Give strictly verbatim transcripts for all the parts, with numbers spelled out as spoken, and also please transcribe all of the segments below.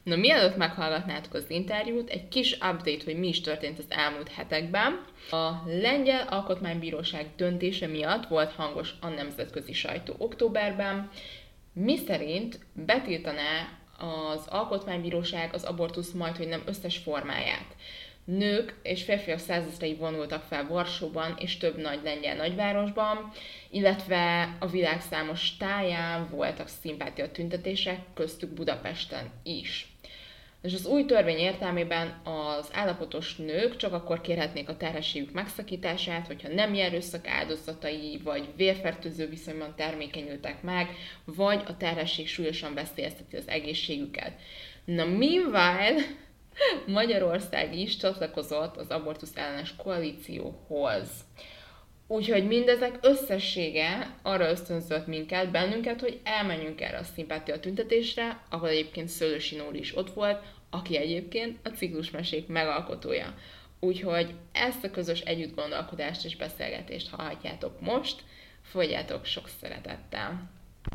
Na, mielőtt meghallgatnátok az interjút, egy kis update, hogy mi is történt az elmúlt hetekben. A Lengyel Alkotmánybíróság döntése miatt volt hangos a nemzetközi sajtó októberben, miszerint betiltaná az Alkotmánybíróság az abortusz majdhogy nem összes formáját. Nők és férfiak százezrei vonultak fel Varsóban és több nagy lengyel nagyvárosban, illetve a világ számos táján voltak szimpátia tüntetések, köztük Budapesten is. És az új törvény értelmében az állapotos nők csak akkor kérhetnék a terhességük megszakítását, hogyha nemi erőszak áldozatai, vagy vérfertőző viszonyban termékenyültek meg, vagy a terhesség súlyosan veszélyezteti az egészségüket. Na, meanwhile, Magyarország is csatlakozott az abortusz ellenes koalícióhoz. Úgyhogy mindezek összessége arra ösztönzött minket, bennünket, hogy elmenjünk erre a szimpátia tüntetésre, ahol egyébként Szőlősi Nóri is ott volt, aki egyébként a ciklusmesék megalkotója. Úgyhogy ezt a közös együttgondolkodást és beszélgetést hallhatjátok most, fogyjátok sok szeretettel!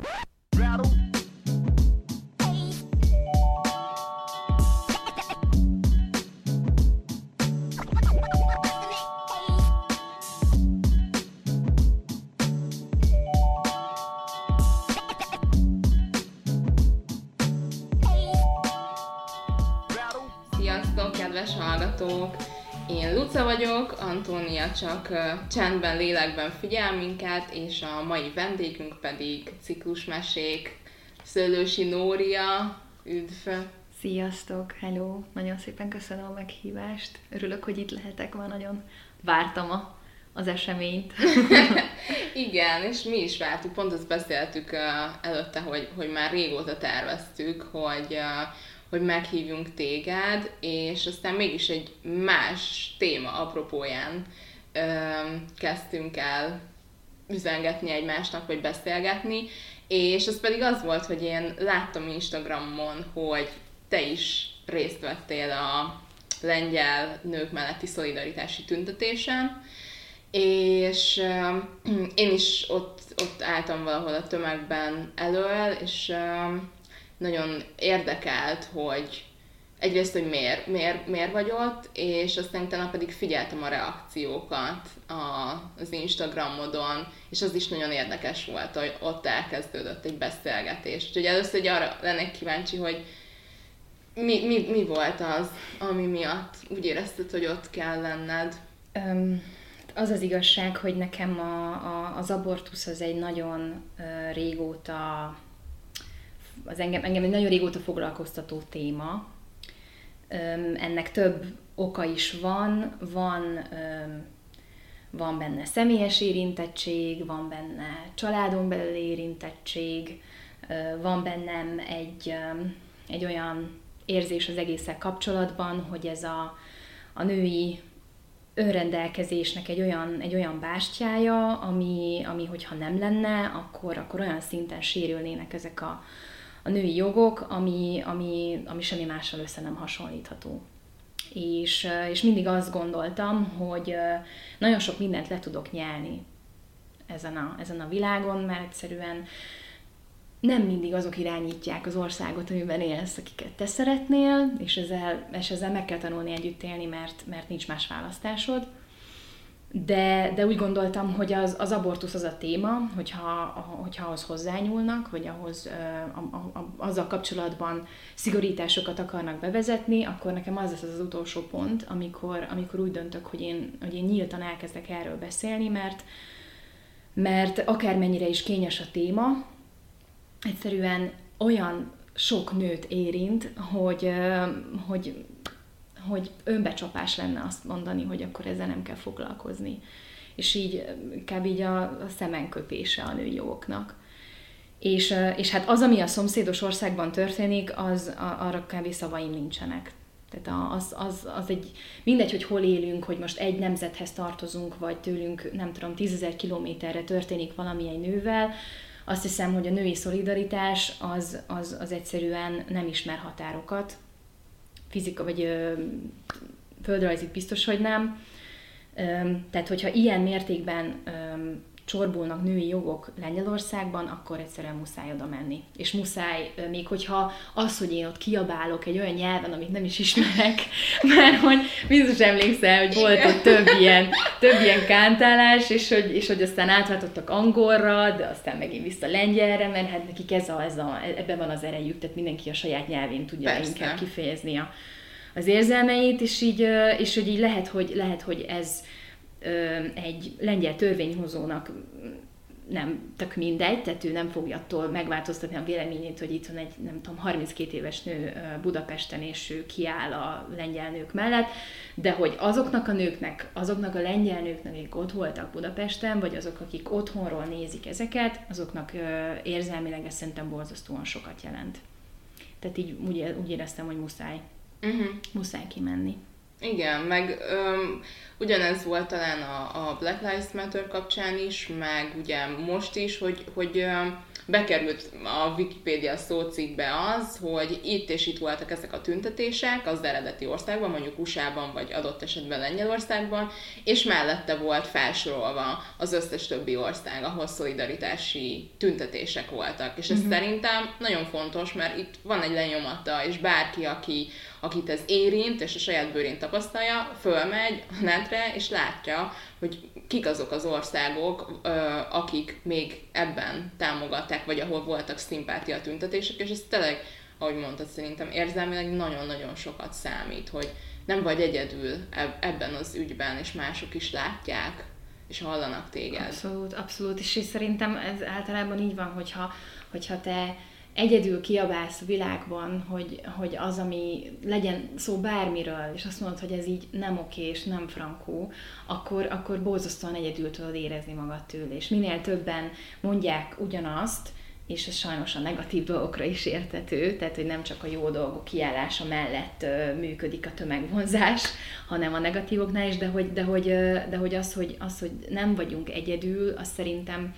Sziasztok, kedves hallgatók! Én Luca vagyok, Antónia csak uh, csendben, lélekben figyel minket, és a mai vendégünk pedig ciklusmesék, Szőlősi Nória. Üdv! Sziasztok, hello! Nagyon szépen köszönöm a meghívást. Örülök, hogy itt lehetek, már nagyon vártam a, az eseményt. Igen, és mi is vártuk, pont azt beszéltük uh, előtte, hogy, hogy már régóta terveztük, hogy uh, hogy meghívjunk téged, és aztán mégis egy más téma apropóján ö, kezdtünk el üzengetni egymásnak, vagy beszélgetni, és az pedig az volt, hogy én láttam Instagramon, hogy te is részt vettél a lengyel nők melletti szolidaritási tüntetésen, és ö, én is ott, ott álltam valahol a tömegben elől, és ö, nagyon érdekelt, hogy egyrészt, hogy miért, miért, miért vagy ott, és aztán utána pedig figyeltem a reakciókat a, az Instagramodon, és az is nagyon érdekes volt, hogy ott elkezdődött egy beszélgetés. Úgyhogy először arra lennék kíváncsi, hogy mi, mi, mi volt az, ami miatt úgy érezted, hogy ott kell lenned? Um, az az igazság, hogy nekem a, a, az abortusz az egy nagyon uh, régóta az engem, engem egy nagyon régóta foglalkoztató téma. Öm, ennek több oka is van, van, öm, van benne személyes érintettség, van benne családon belüli érintettség, öm, van bennem egy, öm, egy olyan érzés az egésszel kapcsolatban, hogy ez a, a női önrendelkezésnek egy olyan, egy olyan bástyája, ami, ami hogyha nem lenne, akkor, akkor olyan szinten sérülnének ezek a a női jogok, ami, ami, ami semmi mással össze nem hasonlítható. És, és mindig azt gondoltam, hogy nagyon sok mindent le tudok nyelni ezen a, ezen a világon, mert egyszerűen nem mindig azok irányítják az országot, amiben élsz, akiket te szeretnél, és ezzel, és ezzel meg kell tanulni együtt élni, mert, mert nincs más választásod. De, de úgy gondoltam, hogy az, az abortusz az a téma, hogyha, hogyha ahhoz hozzányúlnak, vagy ahhoz a, a, a, azzal kapcsolatban szigorításokat akarnak bevezetni, akkor nekem az lesz az utolsó pont, amikor, amikor úgy döntök, hogy én, hogy én nyíltan elkezdek erről beszélni, mert, mert akármennyire is kényes a téma, egyszerűen olyan sok nőt érint, hogy, hogy hogy önbecsapás lenne azt mondani, hogy akkor ezzel nem kell foglalkozni. És így kb. így a, a szemenköpése a női jogoknak. És, és hát az, ami a szomszédos országban történik, az a, arra kb. Szavaim nincsenek. Tehát az, az, az egy, mindegy, hogy hol élünk, hogy most egy nemzethez tartozunk, vagy tőlünk, nem tudom, tízezer kilométerre történik valami egy nővel, azt hiszem, hogy a női szolidaritás az, az, az egyszerűen nem ismer határokat, fizika vagy ö, földrajzit biztos, hogy nem. Ö, tehát, hogyha ilyen mértékben ö, csorbulnak női jogok Lengyelországban, akkor egyszerűen muszáj oda menni. És muszáj, még hogyha az, hogy én ott kiabálok egy olyan nyelven, amit nem is ismerek, mert hogy biztos emlékszel, hogy volt ott több ilyen, több ilyen kántálás, és hogy, és hogy aztán átváltottak angolra, de aztán megint vissza lengyelre, mert hát nekik ez a, ez a, ebben van az erejük, tehát mindenki a saját nyelvén tudja Persze. inkább kifejezni a, az érzelmeit, és így, és hogy így lehet, hogy, lehet, hogy ez egy lengyel törvényhozónak nem tök mindegy, tehát ő nem fogja attól megváltoztatni a véleményét, hogy itt van egy, nem tudom, harminckét éves nő Budapesten, és ő kiáll a lengyel nők mellett, de hogy azoknak a nőknek, azoknak a lengyel nőknek, akik ott voltak Budapesten, vagy azok, akik otthonról nézik ezeket, azoknak érzelmileg ez szerintem borzasztóan sokat jelent. Tehát így úgy, úgy éreztem, hogy muszáj, uh-huh. muszáj kimenni. Igen, meg öm, ugyanez volt talán a, a Black Lives Matter kapcsán is, meg ugye most is, hogy, hogy öm, bekerült a Wikipédia szócikkbe az, hogy itt és itt voltak ezek a tüntetések az eredeti országban, mondjuk u es á-ban, vagy adott esetben Lengyelországban, és mellette volt felsorolva az összes többi ország, ahol szolidaritási tüntetések voltak. És ez uh-huh. szerintem nagyon fontos, mert itt van egy lenyomata, és bárki, aki, akit ez érint, és a saját bőrén tapasztalja, fölmegy a netre, és látja, hogy kik azok az országok, akik még ebben támogatták, vagy ahol voltak szimpátia tüntetések, és ez tényleg, ahogy mondtad, szerintem érzelmileg nagyon-nagyon sokat számít, hogy nem vagy egyedül ebben az ügyben, és mások is látják, és hallanak téged. Abszolút, abszolút, és én szerintem ez általában így van, hogyha, hogyha te egyedül kiabálsz a világban, hogy, hogy az, ami legyen szó bármiről, és azt mondod, hogy ez így nem oké és nem frankó, akkor, akkor borzasztóan egyedül tudod érezni magad tőle. És minél többen mondják ugyanazt, és ez sajnos a negatív dolgokra is érthető, tehát hogy nem csak a jó dolgok kiállása mellett ö, működik a tömegvonzás, hanem a negatívoknál is, de hogy, de hogy, ö, de hogy, az, hogy az, hogy nem vagyunk egyedül, az szerintem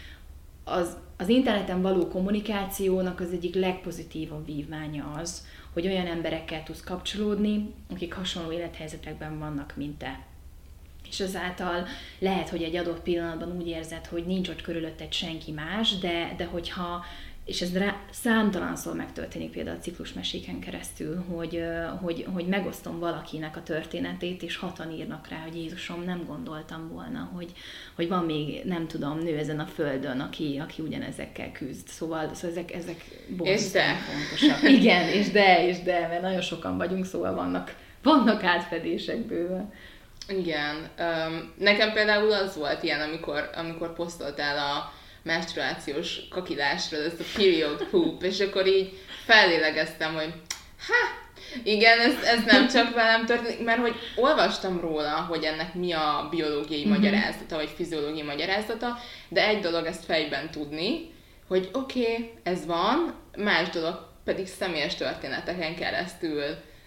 az, az interneten való kommunikációnak az egyik legpozitívabb vívmánya az, hogy olyan emberekkel tudsz kapcsolódni, akik hasonló élethelyzetekben vannak, mint te. És ezáltal lehet, hogy egy adott pillanatban úgy érzed, hogy nincs ott körülötted senki más, de, de hogyha, és ez rá, számtalanszor megtörténik például a ciklusmeséken keresztül, hogy, hogy, hogy megosztom valakinek a történetét, és hatan írnak rá, hogy Jézusom, nem gondoltam volna, hogy, hogy van még, nem tudom, nő ezen a földön, aki, aki ugyanezekkel küzd. Szóval, szóval ezek, ezek borzasztóan fontosak. Igen, és de, és de, mert nagyon sokan vagyunk, szóval vannak, vannak átfedések bőven. Igen. Um, nekem például az volt ilyen, amikor, amikor posztoltál a menstruációs kakilásról, ez a period poop, és akkor így fellélegeztem, hogy ha, igen, ez, ez nem csak velem történik, mert hogy olvastam róla, hogy ennek mi a biológiai mm-hmm. magyarázata, vagy fiziológiai magyarázata, de egy dolog ezt fejben tudni, hogy oké, okay, ez van, más dolog pedig személyes történeteken keresztül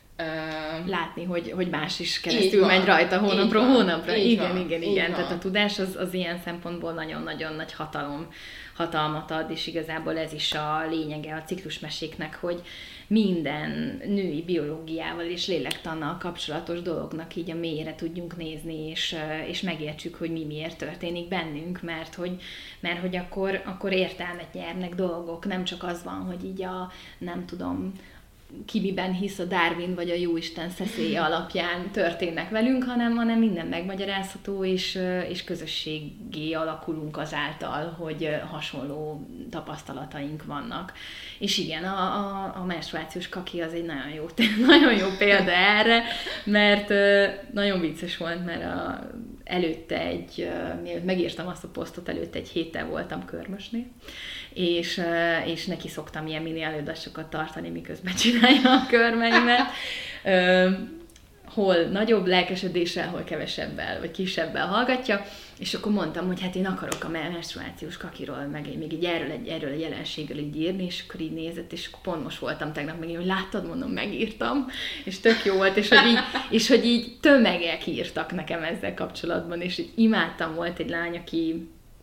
Uh, látni, hogy, hogy más is keresztül megy rajta hónapról hónapra. Így igen, van, igen, igen. Tehát a tudás az, az ilyen szempontból nagyon-nagyon nagy hatalom, hatalmat ad, és igazából ez is a lényege a ciklusmeséknek, hogy minden női biológiával és lélektannal kapcsolatos dolognak így a mélyére tudjunk nézni, és, és megértsük, hogy mi miért történik bennünk, mert hogy, mert hogy akkor, akkor értelmet nyernek dolgok, nem csak az van, hogy így a, nem tudom, ki miben hisz a Darwin vagy a Jóisten szeszélye alapján történnek velünk, hanem, hanem minden megmagyarázható, és, és közösségé alakulunk azáltal, hogy hasonló tapasztalataink vannak. És igen, a, a, a menstruációs kaki az egy nagyon jó, nagyon jó példa erre, mert nagyon vicces volt, mert a, előtte egy, mielőtt megírtam azt a posztot, előtte egy héttel voltam körmösnél, és, és neki szoktam ilyen mini előadásokat tartani, miközben csinálja a körmeimet. Hol nagyobb lelkesedéssel, hol kevesebbel, vagy kisebbel hallgatja, és akkor mondtam, hogy hát én akarok a menstruációs kakiról, meg még így erről egy, erről egy jelenségről így írni, és akkor így nézett, és akkor pont most voltam tegnap megint, hogy láttad, mondom, megírtam, és tök jó volt, és hogy így, és hogy így tömegek írtak nekem ezzel kapcsolatban, és így imádtam, volt egy lány, aki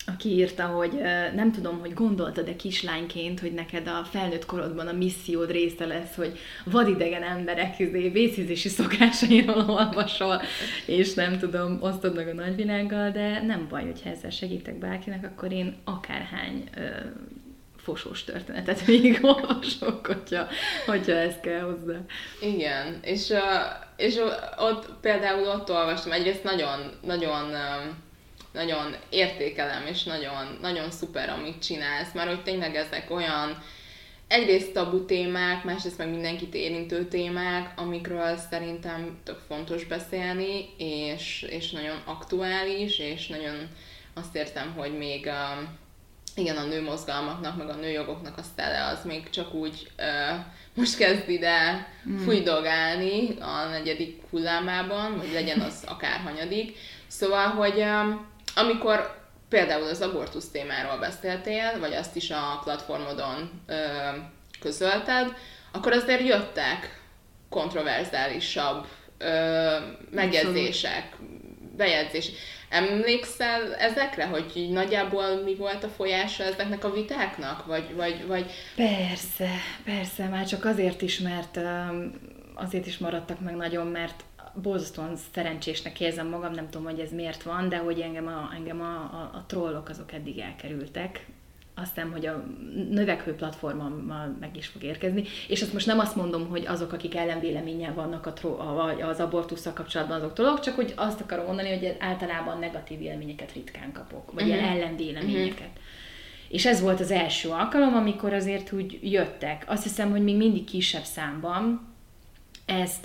aki írta, hogy nem tudom, hogy gondoltad-e kislányként, hogy neked a felnőtt korodban a missziód része lesz, hogy vadidegen emberek vécézési szokásairól olvasol, és nem tudom, osztod meg a nagyvilággal, de nem baj, hogyha ezzel segítek bárkinek, akkor én akárhány ö, fosós történetet végigolvasok, hogyha, hogyha ez kell hozzá. Igen, és, uh, és ott például ott olvastam, egyrészt nagyon, nagyon nagyon értékelem, és nagyon, nagyon szuper, amit csinálsz, mert hogy tényleg ezek olyan egyrészt tabu témák, másrészt meg mindenkit érintő témák, amikről szerintem tök fontos beszélni, és, és nagyon aktuális, és nagyon azt értem, hogy még a, igen, a nőmozgalmaknak, meg a nőjogoknak a szele az még csak úgy uh, most kezd ide mm. fújdogálni a negyedik hullámában, vagy legyen az akár hanyadik. Szóval, hogy um, amikor például az abortusz témáról beszéltél, vagy azt is a platformodon ö, közölted, akkor azért jöttek kontroverzálisabb ö, megjegyzések, bejegyzések. Emlékszel ezekre, hogy nagyjából mi volt a folyása ezeknek a vitáknak? Vagy, vagy, vagy... Persze, persze, már csak azért is, mert azért is maradtak meg nagyon, mert borzasztóan szerencsésnek érzem magam, nem tudom, hogy ez miért van, de hogy engem a, engem a, a, a trollok azok eddig elkerültek. Azt hiszem, hogy a növekvő platformommal meg is fog érkezni, és azt most nem azt mondom, hogy azok, akik ellenvéleménnyel vannak a tro- a, az abortusszal kapcsolatban, azok trollok, csak hogy azt akarom mondani, hogy általában negatív véleményeket ritkán kapok, vagy uh-huh. ilyen ellenvéleményeket. Uh-huh. És ez volt az első alkalom, amikor azért úgy jöttek. Azt hiszem, hogy még mindig kisebb számban ezt...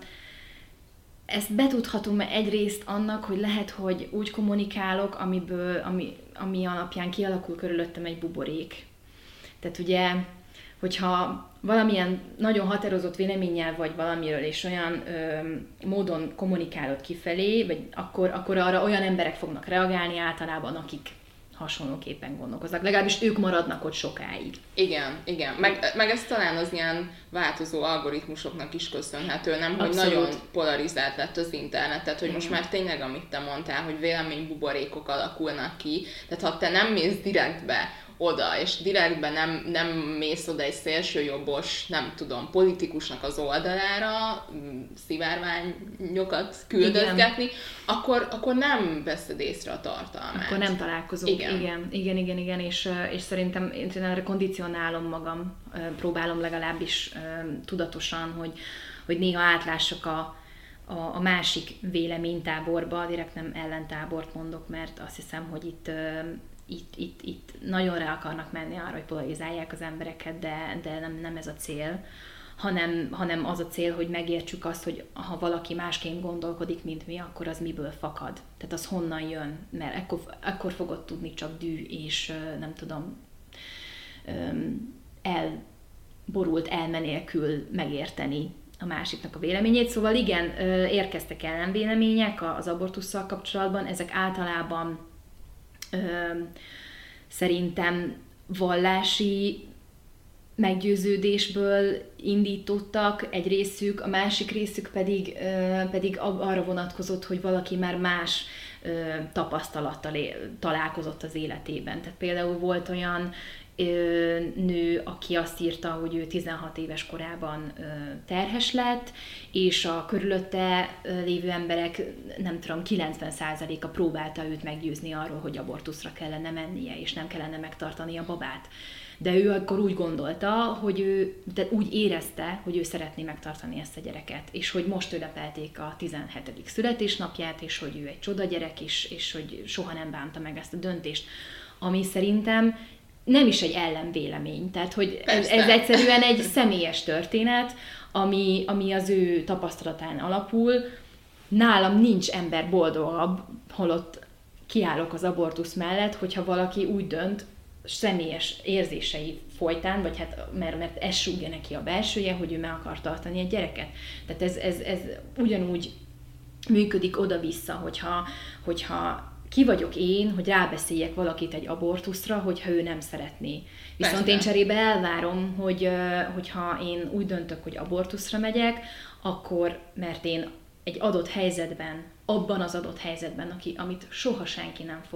Ezt betudhatom egyrészt annak, hogy lehet, hogy úgy kommunikálok, amiből, ami, ami alapján kialakul körülöttem egy buborék. Tehát ugye, hogyha valamilyen nagyon határozott véleménnyel vagy valamiről, és olyan ö, módon kommunikálod kifelé, vagy akkor, akkor arra olyan emberek fognak reagálni általában, akik hasonlóképpen gondolkoznak. Legalábbis ők maradnak ott sokáig. Igen, igen. Meg, meg ez talán az ilyen változó algoritmusoknak is köszönhető, nem? Hogy Abszolút. Nagyon polarizált lett az internet, tehát hogy most már tényleg, amit te mondtál, hogy véleménybuborékok alakulnak ki, tehát ha te nem mész direktbe oda, és direktben nem, nem mész oda egy szélsőjobbos, nem tudom, politikusnak az oldalára szivárványokat küldözgetni, akkor, akkor nem veszed észre a tartalmát. Akkor nem találkozunk. Igen, igen, igen, igen, igen. És, és szerintem én erre kondicionálom magam, próbálom legalábbis tudatosan, hogy, hogy néha átlássak a, a, a másik véleménytáborba, direkt nem ellentábort mondok, mert azt hiszem, hogy itt Itt, itt, itt nagyon rá akarnak menni arra, hogy polarizálják az embereket, de, de nem, nem ez a cél, hanem, hanem az a cél, hogy megértsük azt, hogy ha valaki másként gondolkodik, mint mi, akkor az miből fakad. Tehát az honnan jön, mert ekkor, ekkor fogod tudni csak dű és nem tudom, elborult elme nélkül megérteni a másiknak a véleményét. Szóval igen, érkeztek ellenvélemények az abortusszal kapcsolatban, ezek általában Ö, szerintem vallási meggyőződésből indítottak egy részük, a másik részük pedig, ö, pedig arra vonatkozott, hogy valaki már más ö, tapasztalattal él, találkozott az életében. Tehát például volt olyan ö, nő, aki azt írta, hogy ő tizenhat éves korában ö, terhes lett, és a körülötte ö, lévő emberek, nem tudom, kilencven százaléka próbálta őt meggyőzni arról, hogy abortuszra kellene mennie, és nem kellene megtartani a babát. De ő akkor úgy gondolta, hogy ő, de úgy érezte, hogy ő szeretné megtartani ezt a gyereket, és hogy most ünnepelték a tizenhetedik születésnapját, és hogy ő egy csoda gyerek, és, és hogy soha nem bánta meg ezt a döntést, ami szerintem nem is egy ellenvélemény, tehát hogy ez, ez egyszerűen egy személyes történet, ami, ami az ő tapasztalatán alapul. Nálam nincs ember boldogabb, holott kiállok az abortusz mellett, hogyha valaki úgy dönt, személyes érzései folytán, vagy hát mert, mert ez súgja neki a belsője, hogy ő meg akar tartani egy gyereket. Tehát ez, ez, ez ugyanúgy működik oda-vissza, hogyha, hogyha ki vagyok én, hogy rábeszéljek valakit egy abortuszra, hogyha ő nem szeretné. Viszont Persze. én cserébe elvárom, hogy, hogyha én úgy döntök, hogy abortuszra megyek, akkor, mert én egy adott helyzetben, abban az adott helyzetben, aki, amit soha senki nem fog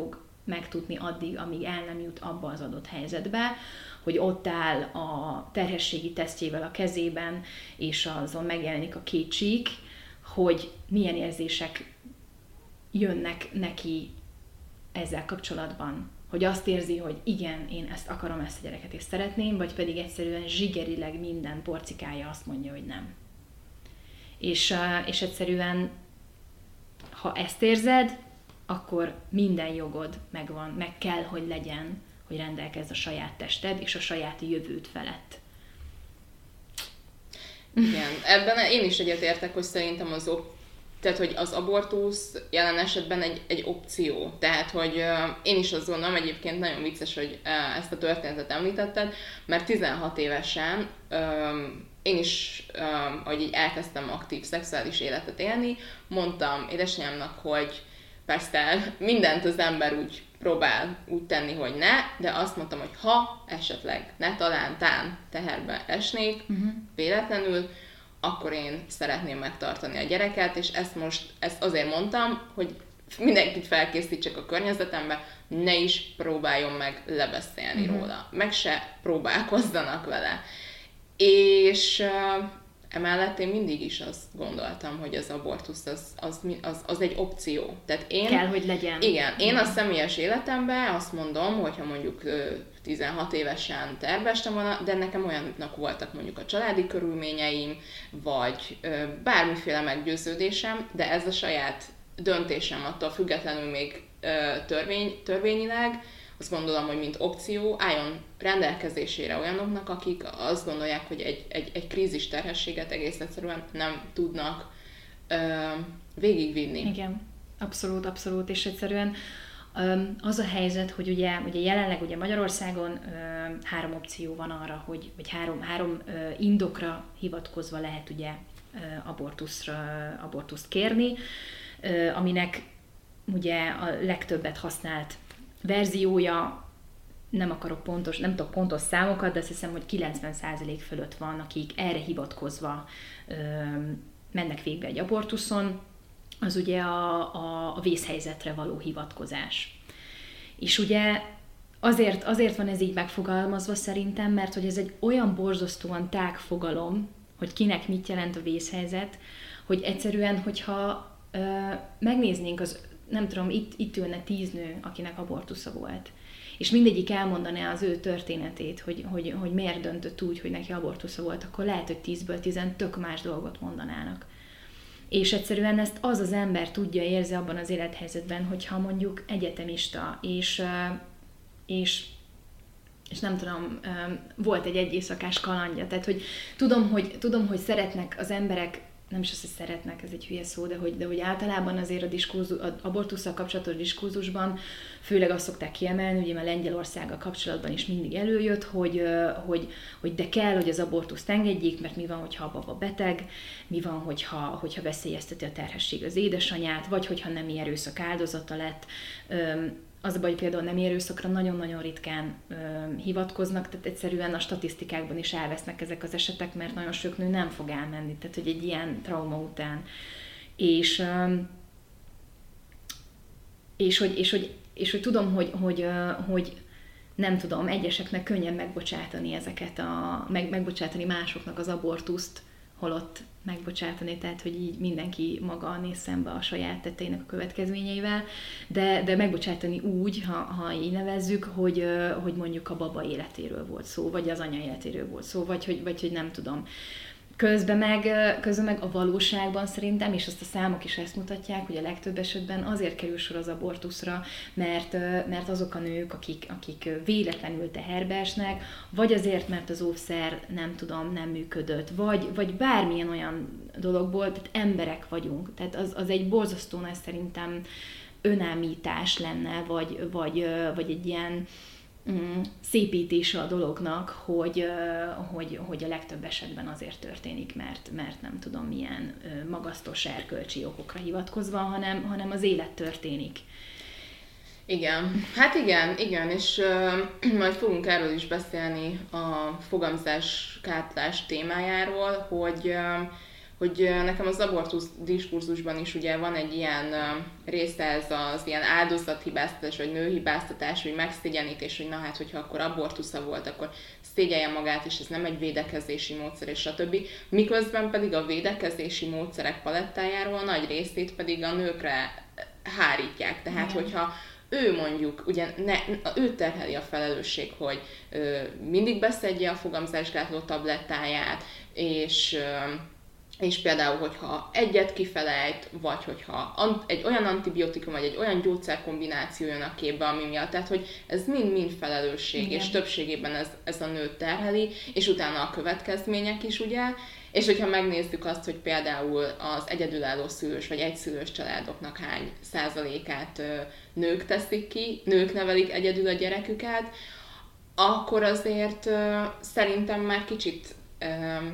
megtudni addig, amíg el nem jut abba az adott helyzetbe, hogy ott áll a terhességi tesztjével a kezében, és azon megjelenik a két csík, hogy milyen érzések jönnek neki ezzel kapcsolatban. Hogy azt érzi, hogy igen, én ezt akarom, ezt a gyereket, és szeretném, vagy pedig egyszerűen zsigerileg minden porcikája azt mondja, hogy nem. És, és egyszerűen, ha ezt érzed, akkor minden jogod megvan, meg kell, hogy legyen, hogy rendelkezz a saját tested és a saját jövőd felett. Igen, ebben én is egyetértek, hogy szerintem az op- tehát, hogy az abortusz jelen esetben egy, egy opció. Tehát, hogy uh, én is azt gondolom, egyébként nagyon vicces, hogy uh, ezt a történetet említetted, mert tizenhat évesen um, én is, um, ahogy így elkezdtem aktív szexuális életet élni, mondtam édesanyámnak, hogy persze mindent az ember úgy próbál úgy tenni, hogy ne, de azt mondtam, hogy ha esetleg ne talántán teherbe esnék, uh-huh. véletlenül, akkor én szeretném megtartani a gyereket, és ezt most ezt azért mondtam, hogy mindenkit felkészítsek a környezetembe, ne is próbáljon meg lebeszélni uh-huh. róla, meg se próbálkozzanak vele. És uh, emellett én mindig is azt gondoltam, hogy az abortusz az, az, az, az egy opció. Tehát én, kell, hogy legyen. Igen, én a személyes életemben azt mondom, hogyha mondjuk tizenhat évesen terveztem volna, de nekem olyanok voltak mondjuk a családi körülményeim, vagy bármiféle meggyőződésem, de ez a saját döntésem attól függetlenül még törvény, törvényileg, azt gondolom, hogy mint opció álljon rendelkezésére olyanoknak, akik azt gondolják, hogy egy, egy, egy krízis terhességet egész egyszerűen nem tudnak ö, végigvinni. Igen, abszolút, abszolút, és egyszerűen ö, az a helyzet, hogy ugye, ugye jelenleg ugye Magyarországon ö, három opció van arra, hogy, vagy három, három ö, indokra hivatkozva lehet ugye ö, abortuszra, abortuszt kérni, ö, aminek ugye a legtöbbet használt verziója, nem akarok pontos, nem tudok pontos számokat, de azt hiszem, hogy kilencven százalék fölött van, akik erre hivatkozva ö, mennek végbe egy abortuszon, az ugye a, a, a vészhelyzetre való hivatkozás. És ugye azért, azért van ez így megfogalmazva szerintem, mert hogy ez egy olyan borzasztóan tág fogalom, hogy kinek mit jelent a vészhelyzet, hogy egyszerűen, hogyha ö, megnéznénk az nem tudom, itt, itt ülne tíz nő, akinek abortusza volt. És mindegyik elmondaná az ő történetét, hogy, hogy, hogy miért döntött úgy, hogy neki abortusza volt, akkor lehet, hogy tízből tizen tök más dolgot mondanának. És egyszerűen ezt az az ember tudja, érzi abban az élethelyzetben, hogyha mondjuk egyetemista, és, és, és nem tudom, volt egy egyészakás kalandja. Tehát, hogy tudom, hogy tudom, hogy szeretnek az emberek, nem is azt, hogy szeretnek, ez egy hülye szó, de hogy, de hogy általában azért a diskurzus, az abortusszal kapcsolatos diskurzusban főleg azt szokták kiemelni, ugye már Lengyelországgal kapcsolatban is mindig előjött, hogy, hogy, hogy de kell, hogy az abortuszt engedjék, mert mi van, hogyha a baba beteg, mi van, hogyha, hogyha veszélyezteti a terhesség az édesanyját, vagy hogyha nemi erőszak áldozata lett. Az a baj, hogy például nemi erőszakra nagyon-nagyon ritkán ö, hivatkoznak, tehát egyszerűen a statisztikákban is elvesznek ezek az esetek, mert nagyon sok nő nem fog elmenni, tehát hogy egy ilyen trauma után. És, ö, és, hogy, és, hogy, és hogy tudom, hogy, hogy, ö, hogy nem tudom, egyeseknek könnyen megbocsátani ezeket, a, meg, megbocsátani másoknak az abortuszt, holott megbocsátani, tehát hogy így mindenki maga néz szembe a saját tetteinek a következményeivel, de, de megbocsátani úgy, ha, ha így nevezzük, hogy, hogy mondjuk a baba életéről volt szó, vagy az anya életéről volt szó, vagy hogy, vagy hogy nem tudom. Közben meg, közben meg a valóságban szerintem, és azt a számok is ezt mutatják, hogy a legtöbb esetben azért kerül sor az abortuszra, mert, mert azok a nők, akik, akik véletlenül teherbe esnek, vagy azért, mert az óvszer nem tudom, nem működött, vagy, vagy bármilyen olyan dologból, tehát emberek vagyunk. Tehát az, az egy borzasztó nagy szerintem önállítás lenne, vagy, vagy, vagy egy ilyen Mm, szépítése a dolognak, hogy, hogy, hogy a legtöbb esetben azért történik, mert, mert nem tudom milyen magasztos erkölcsi okokra hivatkozva, hanem, hanem az élet történik. Igen, hát igen, igen, és uh, majd fogunk erről is beszélni a fogamzásgátlás témájáról, hogy uh, hogy nekem az abortusz diskurzusban is ugye van egy ilyen része, ez az ilyen áldozathibáztatás, vagy nőhibáztatás, vagy megszégyenítés, hogy na hát, hogyha akkor abortusza volt, akkor szégyelje magát, és ez nem egy védekezési módszer, és stb. Miközben pedig a védekezési módszerek palettájáról a nagy részét pedig a nőkre hárítják. Tehát, igen. hogyha ő mondjuk, ugye ne, ő terheli a felelősség, hogy ö, mindig beszedje a fogamzásgátló tablettáját, és, ö, és például, hogyha egyet kifelejt, vagy hogyha ant, egy olyan antibiotikum, vagy egy olyan gyógyszerkombináció jön a képbe, ami miatt, tehát, hogy ez mind-mind felelősség, igen. és többségében ez, ez a nőt terheli, és utána a következmények is, ugye, és hogyha megnézzük azt, hogy például az egyedülálló szülős vagy egyszülős családoknak hány százalékát ö, nők teszik ki, nők nevelik egyedül a gyereküket, akkor azért ö, szerintem már kicsit ö,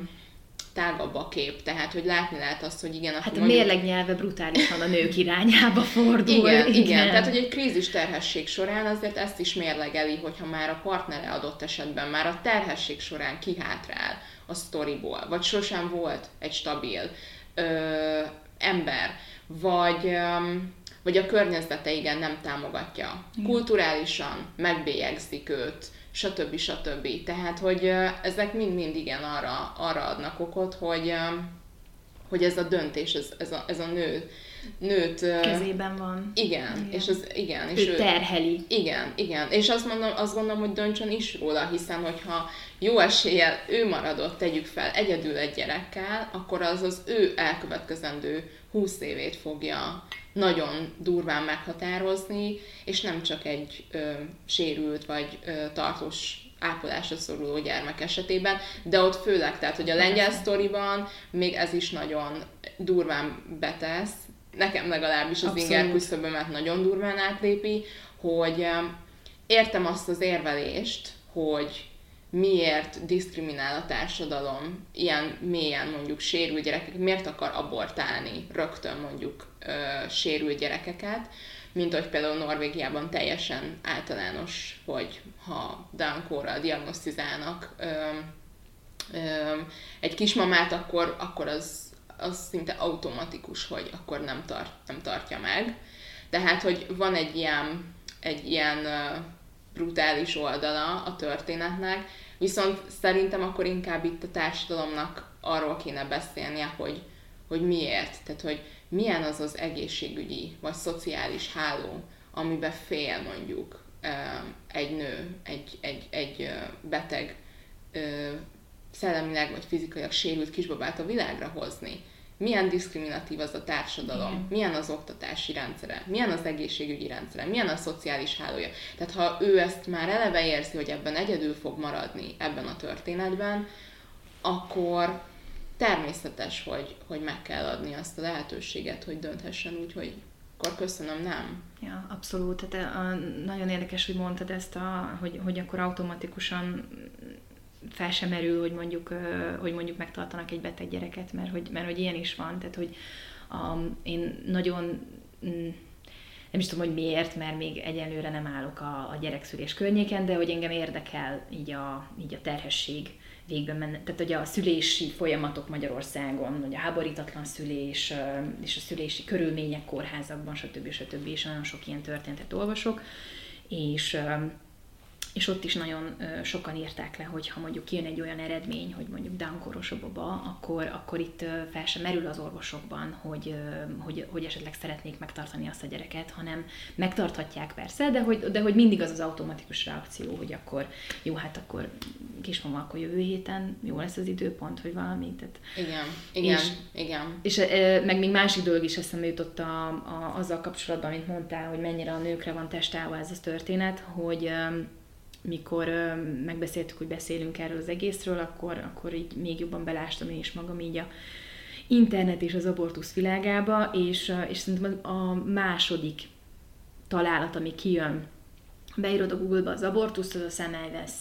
tágabb a kép, tehát hogy látni lehet azt, hogy igen... Hát a mondjuk... mérleg nyelve brutálisan a nők irányába fordul. Igen, igen, igen, tehát hogy egy krízis terhesség során azért ezt is mérlegeli, hogyha már a partnere adott esetben már a terhesség során kihátrál a sztoriból, vagy sosem volt egy stabil ö, ember, vagy, ö, vagy a környezete igen nem támogatja. Igen. Kulturálisan megbélyegzik őt, stb. stb. Tehát, hogy ö, ezek mind-mind igen arra, arra adnak okot, hogy, ö, hogy ez a döntés, ez, ez, a, ez a nő, nőt... kezében van. Igen, igen. és az, igen. És ő terheli. Igen, igen. És azt mondom, azt gondolom, hogy döntsön is róla, hiszen hogyha jó eséllyel ő maradott, tegyük fel, egyedül egy gyerekkel, akkor az az ő elkövetkezendő húsz évét fogja nagyon durván meghatározni, és nem csak egy ö, sérült vagy ö, tartós ápolásra szoruló gyermek esetében, de ott főleg, tehát hogy a lengyel sztoriban még ez is nagyon durván betesz, nekem legalábbis az inger küszöbömet nagyon durván átlépi, hogy értem azt az érvelést, hogy miért diszkriminál a társadalom ilyen mélyen mondjuk sérült gyerekek, miért akar abortálni rögtön mondjuk ö, sérült gyerekeket, mint hogy például Norvégiában teljesen általános, hogy ha Down-kórral diagnosztizálnak ö, ö, egy kismamát, akkor, akkor az, az szinte automatikus, hogy akkor nem, tart, nem tartja meg. Tehát, hogy van egy ilyen, egy ilyen ö, brutális oldala a történetnek, viszont szerintem akkor inkább itt a társadalomnak arról kéne beszélnie, hogy, hogy miért, tehát hogy milyen az az egészségügyi vagy szociális háló, amiben fél mondjuk egy nő, egy, egy, egy beteg, szellemileg vagy fizikailag sérült kisbabát a világra hozni. Milyen diszkriminatív az a társadalom, igen. milyen az oktatási rendszere, milyen az egészségügyi rendszere, milyen a szociális hálója. Tehát ha ő ezt már eleve érzi, hogy ebben egyedül fog maradni ebben a történetben, akkor természetes, hogy, hogy meg kell adni azt a lehetőséget, hogy dönthessen úgy, hogy akkor köszönöm, nem. Ja, abszolút. Tehát a, nagyon érdekes, hogy mondtad ezt, a, hogy, hogy akkor automatikusan fel sem merül, hogy mondjuk, hogy mondjuk megtartanak egy beteg gyereket, mert hogy, mert hogy ilyen is van. Tehát, hogy um, én nagyon nem is tudom, hogy miért, mert még egyenlőre nem állok a, a gyerekszülés környéken, de hogy engem érdekel így a, így a terhesség végben menni. Tehát, hogy a szülési folyamatok Magyarországon, hogy a háborítatlan szülés, és a szülési körülmények kórházakban, stb. stb. És nagyon sok ilyen történetet olvasok, és és ott is nagyon sokan írták le, hogy ha mondjuk kijön egy olyan eredmény, hogy mondjuk Down-kóros a baba, akkor, akkor itt fel sem merül az orvosokban, hogy, hogy, hogy esetleg szeretnék megtartani azt a gyereket, hanem megtarthatják persze, de hogy, de hogy mindig az az automatikus reakció, hogy akkor jó, hát akkor kismama, akkor jövő héten jó lesz az időpont, hogy valami. Tehát, igen, igen, és, igen. És meg még másik dolog is eszembe jutott a, a, azzal kapcsolatban, amit mondtál, hogy mennyire a nőkre van testálva ez a történet, hogy mikor ö, megbeszéltük, hogy beszélünk erről az egészről, akkor, akkor így még jobban belástam én is magam így a internet és az abortusz világába, és, és szerintem a második találat, ami kijön, beírod a Google-ba az abortuszt, az a Semmelweis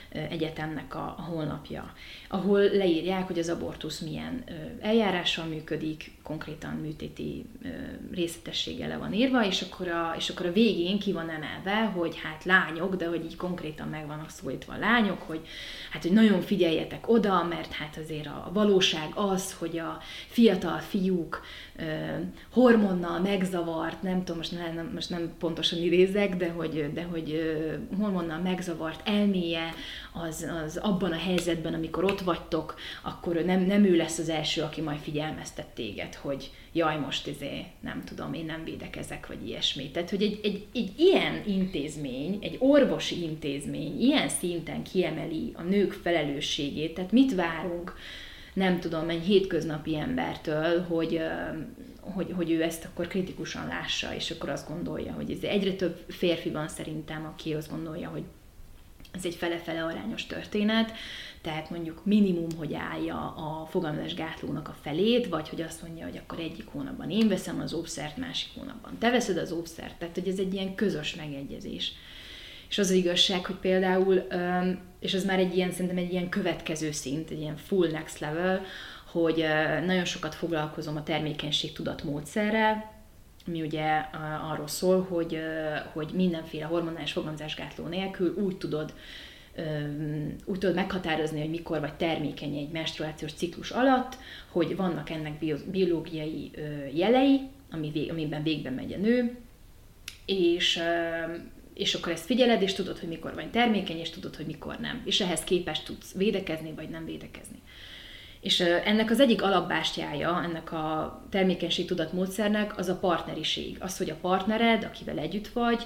egyetemnek a, a honlapja, ahol leírják, hogy az abortusz milyen eljárással működik, konkrétan műtéti részletességgel le van írva, és akkor, a, és akkor a végén ki van emelve, hogy hát lányok, de hogy így konkrétan meg vannak szólítva a lányok, hogy hát, hogy nagyon figyeljetek oda, mert hát azért a valóság az, hogy a fiatal fiúk hormonnal megzavart, nem tudom, most nem, most nem pontosan idézek, de hogy, de hogy hormonnal megzavart elméje az, az abban a helyzetben, amikor ott vagytok, akkor nem, nem ő lesz az első, aki majd figyelmeztet téged, hogy jaj, most izé, nem tudom, én nem védekezek, vagy ilyesmi. Tehát, hogy egy, egy, egy ilyen intézmény, egy orvosi intézmény ilyen szinten kiemeli a nők felelősségét, tehát mit várunk, nem tudom, egy hétköznapi embertől, hogy, hogy, hogy ő ezt akkor kritikusan lássa, és akkor azt gondolja, hogy ez egyre több férfi van szerintem, aki azt gondolja, hogy ez egy fele-fele arányos történet, tehát mondjuk minimum, hogy állja a fogamzásgátlónak a felét, vagy hogy azt mondja, hogy akkor egyik hónapban én veszem az óvszert, másik hónapban te veszed az óvszert, tehát hogy ez egy ilyen közös megegyezés. És az az igazság, hogy például, és az már egy ilyen, szerintem egy ilyen következő szint, egy ilyen full next level, hogy nagyon sokat foglalkozom a termékenység tudatmódszerrel, ami ugye arról szól, hogy, hogy mindenféle hormonális fogamzásgátló nélkül úgy tudod, úgy tudod meghatározni, hogy mikor vagy termékeny egy menstruációs ciklus alatt, hogy vannak ennek biológiai jelei, amiben végbe megy a nő, és, és akkor ezt figyeled, és tudod, hogy mikor vagy termékeny, és tudod, hogy mikor nem. És ehhez képest tudsz védekezni, vagy nem védekezni. És ennek az egyik alapbástyája, ennek a termékenység tudatmódszernek az a partneriség. Az, hogy a partnered, akivel együtt vagy,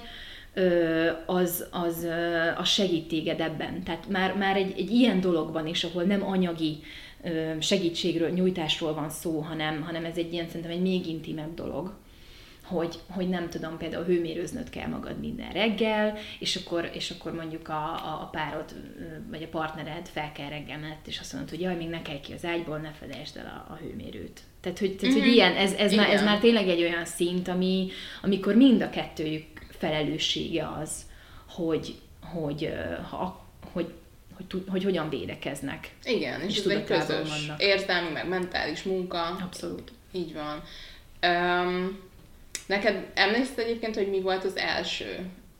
az, az, az segít téged ebben. Tehát már, már egy, egy ilyen dologban is, ahol nem anyagi segítségről, nyújtásról van szó, hanem, hanem ez egy ilyen, szerintem egy még intimebb dolog, hogy, hogy nem tudom, például hőmérőznöd kell magad minden reggel, és akkor, és akkor mondjuk a, a, a párod, vagy a partnered fel kell reggel mellett, és azt mondod, hogy jaj, még ne kelj ki az ágyból, ne felejtsd el a, a hőmérőt. Tehát, hogy, tehát, mm-hmm. hogy ilyen, ez, ez, már, ez már tényleg egy olyan szint, ami, amikor mind a kettőjük felelőssége az, hogy, hogy, ha, hogy, hogy, hogy, hogy hogyan védekeznek. Igen, és, és ez egy közös vannak. Érzelmi, meg mentális munka. Abszolút. Így van. Um, neked emlékszel egyébként, hogy mi volt az első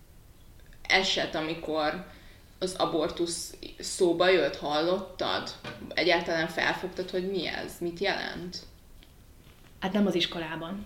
eset, amikor az abortusz szóba jött, hallottad? Egyáltalán felfogtad, hogy mi ez? Mit jelent? Hát nem az iskolában.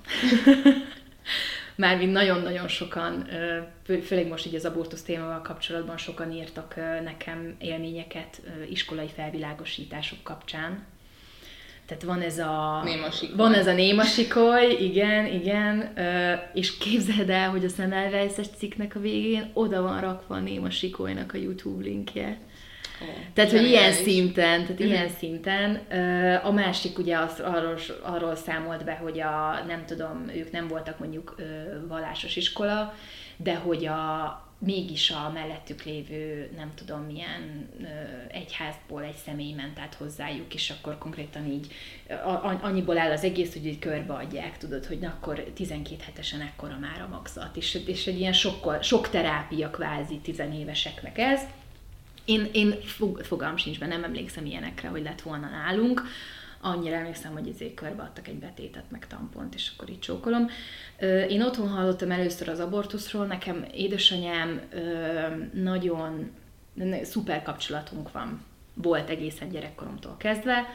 Mármint nagyon-nagyon sokan, főleg most így az abortusz témával kapcsolatban sokan írtak nekem élményeket iskolai felvilágosítások kapcsán. Tehát van ez a... Némasikoly. Van ez a némasikoly, igen, igen, és képzeld el, hogy a Semmelweis-es cikknek a végén oda van rakva a némasikolynak a YouTube linkje. Oh, tehát, hogy ilyen is. szinten, tehát mm-hmm. ilyen szinten. A másik ugye az, arról, arról számolt be, hogy a, nem tudom, ők nem voltak mondjuk vallásos iskola, de hogy a mégis a mellettük lévő, nem tudom milyen egyházból egy személy ment át hozzájuk, és akkor konkrétan így annyiból áll az egész, hogy így körbeadják, tudod, hogy na, akkor tizenkét hetesen ekkora már a magzat, és, és egy ilyen sokkal, sok terápia kvázi tizenéveseknek ez. Én, én fogalmam sincs be, nem emlékszem ilyenekre, hogy lett volna nálunk. Annyira emlékszem, hogy ezért körbeadtak egy betétet, meg tampont, és akkor így csókolom. Én otthon hallottam először az abortuszról, nekem édesanyám nagyon szuper kapcsolatunk van, volt egészen gyerekkoromtól kezdve,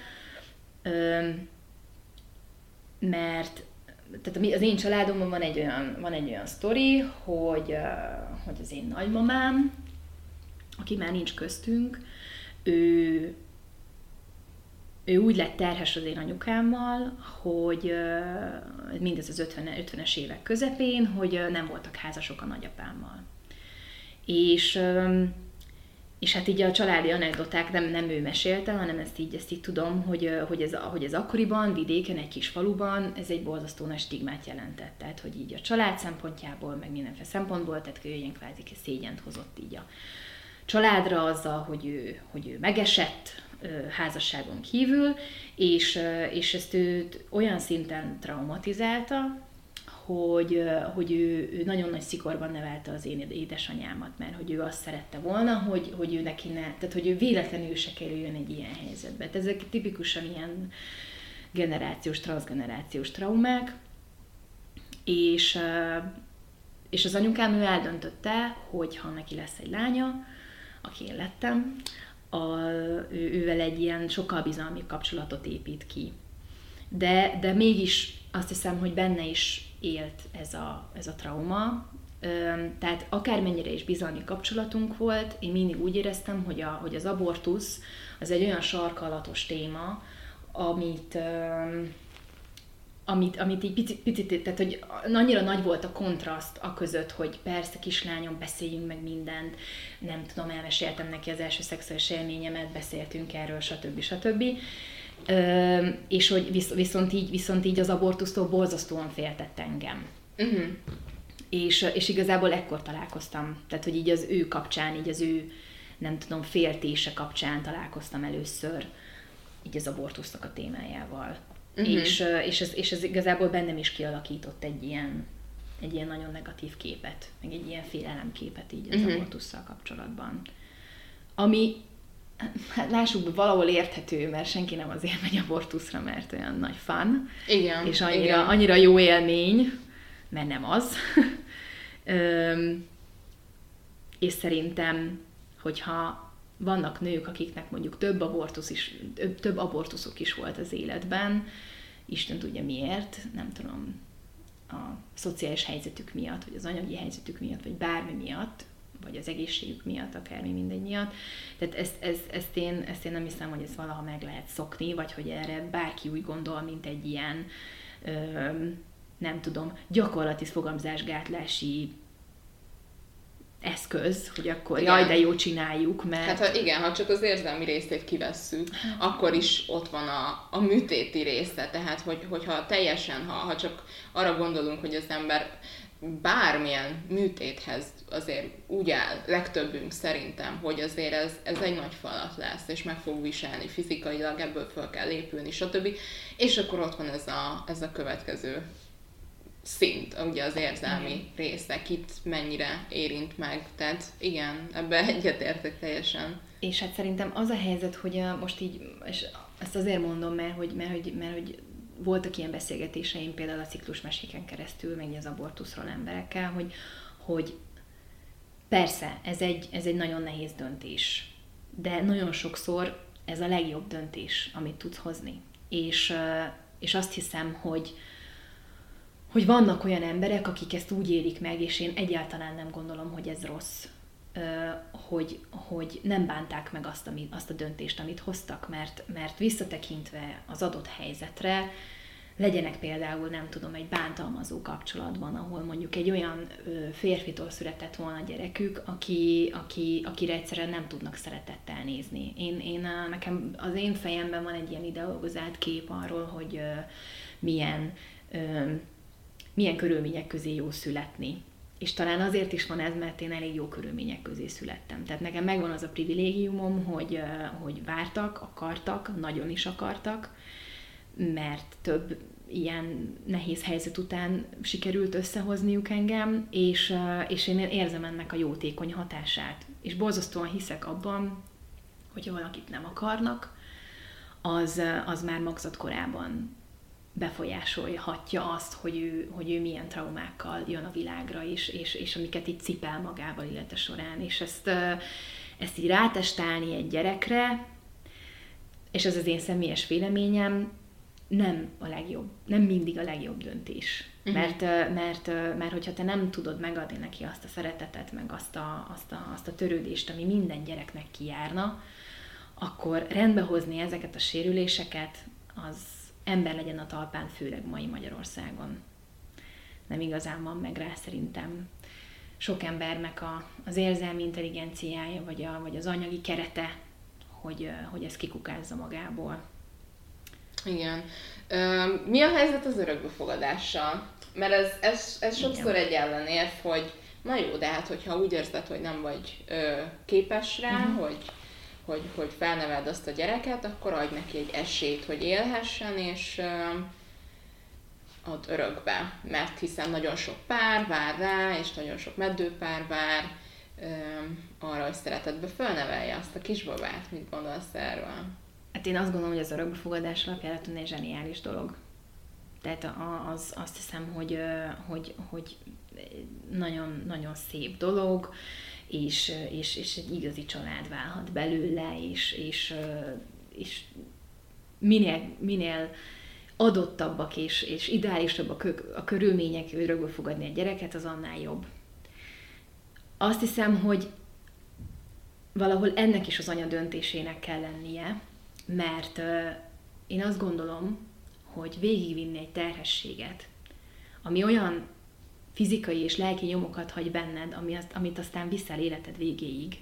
mert tehát az én családomban van egy olyan, van egy olyan sztori, hogy, hogy az én nagymamám, aki már nincs köztünk, ő ő úgy lett terhes az én anyukámmal, hogy mindez az ötvenes évek közepén, hogy nem voltak házasok a nagyapámmal. És, és hát így a családi anekdoták nem, nem ő mesélte, hanem ezt így, ezt így tudom, hogy, hogy, ez, hogy ez akkoriban, vidéken, egy kis faluban, ez egy borzasztó nagy stigmát jelentett. Tehát, hogy így a család szempontjából, meg mindenféle szempontból, tehát ő ilyen kvázi szégyent hozott így a családra azzal, hogy ő, hogy ő megesett házasságon kívül, és, és ezt őt olyan szinten traumatizálta, hogy, hogy ő, ő nagyon nagy szikorban nevelte az én édesanyámat, mert hogy ő azt szerette volna, hogy, hogy ő neki ne, tehát hogy ő véletlenül se kerüljön egy ilyen helyzetbe. Tehát ezek tipikusan ilyen generációs, transzgenerációs traumák, és, és az anyukám ő eldöntötte, hogy ha neki lesz egy lánya, aki én lettem, a, ő, ővel egy ilyen sokkal bizalmi kapcsolatot épít ki. De, de mégis azt hiszem, hogy benne is élt ez a, ez a trauma. Tehát akármennyire is bizalmi kapcsolatunk volt, én mindig úgy éreztem, hogy, a, hogy az abortusz az egy olyan sarkalatos téma, amit, amit, amit így picit, picit, tehát hogy annyira nagy volt a kontraszt a között, hogy persze kislányom, beszéljünk meg mindent, nem tudom, elmeséltem neki az első szexuális élményemet, beszéltünk erről, stb. stb. Ö, és hogy visz, viszont, így, viszont így az abortusztól borzasztóan féltett engem. Uh-huh. És, és igazából ekkor találkoztam, tehát hogy így az ő kapcsán, így az ő, nem tudom, féltése kapcsán találkoztam először így az abortusznak a témájával. Uh-huh. És, és, ez, és ez igazából bennem is kialakított egy ilyen, egy ilyen nagyon negatív képet, meg egy ilyen félelemképet így az uh-huh. abortusszal kapcsolatban. Ami, hát lássuk be, valahol érthető, mert senki nem azért megy abortuszra, mert olyan nagy fun, igen, és annyira, igen. annyira jó élmény, mert nem az. Öm, és szerintem, hogyha vannak nők, akiknek mondjuk több abortusz is, több, több abortuszok is volt az életben, Isten tudja miért, nem tudom, a szociális helyzetük miatt, vagy az anyagi helyzetük miatt, vagy bármi miatt, vagy az egészségük miatt, akármi mindegy miatt. Tehát ezt, ezt, ezt, én, ezt én nem hiszem, hogy ezt valaha meg lehet szokni, vagy hogy erre bárki úgy gondol, mint egy ilyen, ö, nem tudom, gyakorlati fogamzásgátlási eszköz, hogy akkor igen. Jaj, de jó csináljuk, mert... Hát ha, igen, ha csak az érzelmi részét kivesszük, akkor is ott van a, a műtéti része, tehát hogy, hogyha teljesen, ha, ha csak arra gondolunk, hogy az ember bármilyen műtéthez azért úgy áll, legtöbbünk szerintem, hogy azért ez, ez egy nagy falat lesz, és meg fog viselni fizikailag, ebből föl kell épülni, stb. És akkor ott van ez a, ez a következő szint, ugye az érzelmi mm. része, kit mennyire érint meg. Tehát igen, ebben egyetértek teljesen. És hát szerintem az a helyzet, hogy a, most így, és ezt azért mondom, mert hogy, mert, hogy, mert, hogy voltak ilyen beszélgetéseim például a ciklusmeséken keresztül, meg az abortuszról emberekkel, hogy, hogy persze, ez egy, ez egy nagyon nehéz döntés, de nagyon sokszor ez a legjobb döntés, amit tudsz hozni. És, és azt hiszem, hogy hogy vannak olyan emberek, akik ezt úgy élik meg, és én egyáltalán nem gondolom, hogy ez rossz, hogy, hogy nem bánták meg azt, ami, azt a döntést, amit hoztak, mert, mert visszatekintve az adott helyzetre, legyenek például, nem tudom, egy bántalmazó kapcsolatban, ahol mondjuk egy olyan férfitól született volna a gyerekük, aki, aki, akire egyszerűen nem tudnak szeretettel nézni. Én, én, nekem az én fejemben van egy ilyen ideologizált kép arról, hogy milyen milyen körülmények közé jó születni. És talán azért is van ez, mert én elég jó körülmények közé születtem. Tehát nekem megvan az a privilégiumom, hogy, hogy vártak, akartak, nagyon is akartak, mert több ilyen nehéz helyzet után sikerült összehozniuk engem, és, és én érzem ennek a jótékony hatását. És borzasztóan hiszek abban, hogyha valakit nem akarnak, az, az már magzatkorában befolyásolhatja azt, hogy ő, hogy ő milyen traumákkal jön a világra, és, és, és amiket így cipel magával élete során. És ezt, ezt így rátestálni egy gyerekre, és ez az én személyes véleményem, nem a legjobb, nem mindig a legjobb döntés. Uh-huh. Mert, mert, mert hogyha te nem tudod megadni neki azt a szeretetet, meg azt a, azt a, azt a törődést, ami minden gyereknek kijárna, akkor rendbehozni ezeket a sérüléseket, az ember legyen a talpán, főleg mai Magyarországon. Nem igazán van meg rá szerintem sok embernek a, az érzelmi intelligenciája, vagy, a, vagy az anyagi kerete, hogy, hogy ezt kikukázza magából. Igen. Mi a helyzet az örökbefogadással? Mert ez, ez, ez sokszor egy ellenérv, hogy na jó, de hát hogyha úgy érzed, hogy nem vagy ö, képes rá, uh-huh. hogy Hogy, hogy felneveld azt a gyereket, akkor adj neki egy esélyt, hogy élhessen, és, ad örökbe, mert hiszen nagyon sok pár vár rá, és nagyon sok meddőpár vár öm, arra, hogy szeretetbe fölnevelje azt a kisbabát. Mit gondolsz erről? Hát én azt gondolom, hogy az örökbefogadás alapjáraton egy zseniális dolog. Tehát az, azt hiszem, hogy, hogy, hogy nagyon, nagyon szép dolog, és, és, és egy igazi család válhat belőle, és, és, és minél, minél adottabbak és, és ideálisabbak a körülmények, hogy örökbe fogadni a gyereket, az annál jobb. Azt hiszem, hogy valahol ennek is az anya döntésének kell lennie, mert uh, én azt gondolom, hogy végigvinni egy terhességet, ami olyan fizikai és lelki nyomokat hagy benned, ami azt, amit aztán viszel életed végéig,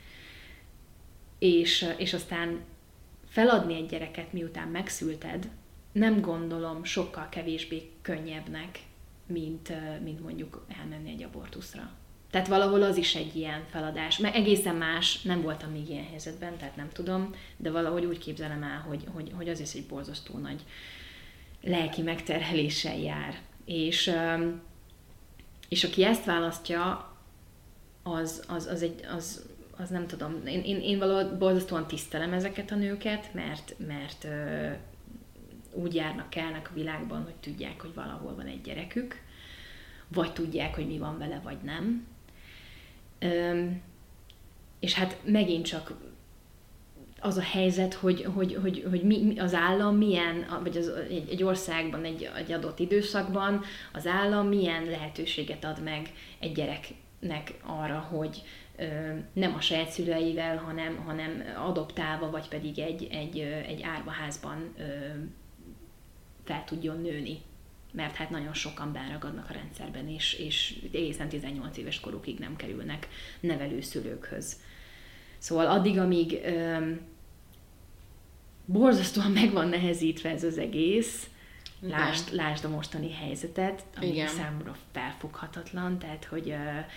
és, és aztán feladni egy gyereket, miután megszülted, nem gondolom sokkal kevésbé könnyebbnek, mint, mint mondjuk elmenni egy abortuszra. Tehát valahol az is egy ilyen feladás. Mert egészen más, nem voltam még ilyen helyzetben, tehát nem tudom, de valahogy úgy képzelem el, hogy, hogy, hogy az is egy borzasztó nagy lelki megterheléssel jár. És, és aki ezt választja, az, az, az, egy, az, az nem tudom, én, én, én valahogy borzasztóan tisztelem ezeket a nőket, mert, mert úgy járnak, kelnek a világban, hogy tudják, hogy valahol van egy gyerekük, vagy tudják, hogy mi van vele, vagy nem. Üm, és hát megint csak az a helyzet, hogy, hogy, hogy, hogy mi, az állam milyen, vagy az, egy, egy országban, egy, egy adott időszakban az állam milyen lehetőséget ad meg egy gyereknek arra, hogy ö, nem a saját szüleivel, hanem, hanem adoptálva, vagy pedig egy, egy, egy árvaházban ö, fel tudjon nőni. Mert hát nagyon sokan beragadnak a rendszerben, és, és egészen tizennyolc éves korukig nem kerülnek nevelőszülőkhöz. Szóval addig, amíg öm, borzasztóan meg van nehezítve ez az egész, lásd, lásd a mostani helyzetet, ami Igen. számomra felfoghatatlan, tehát hogy ö,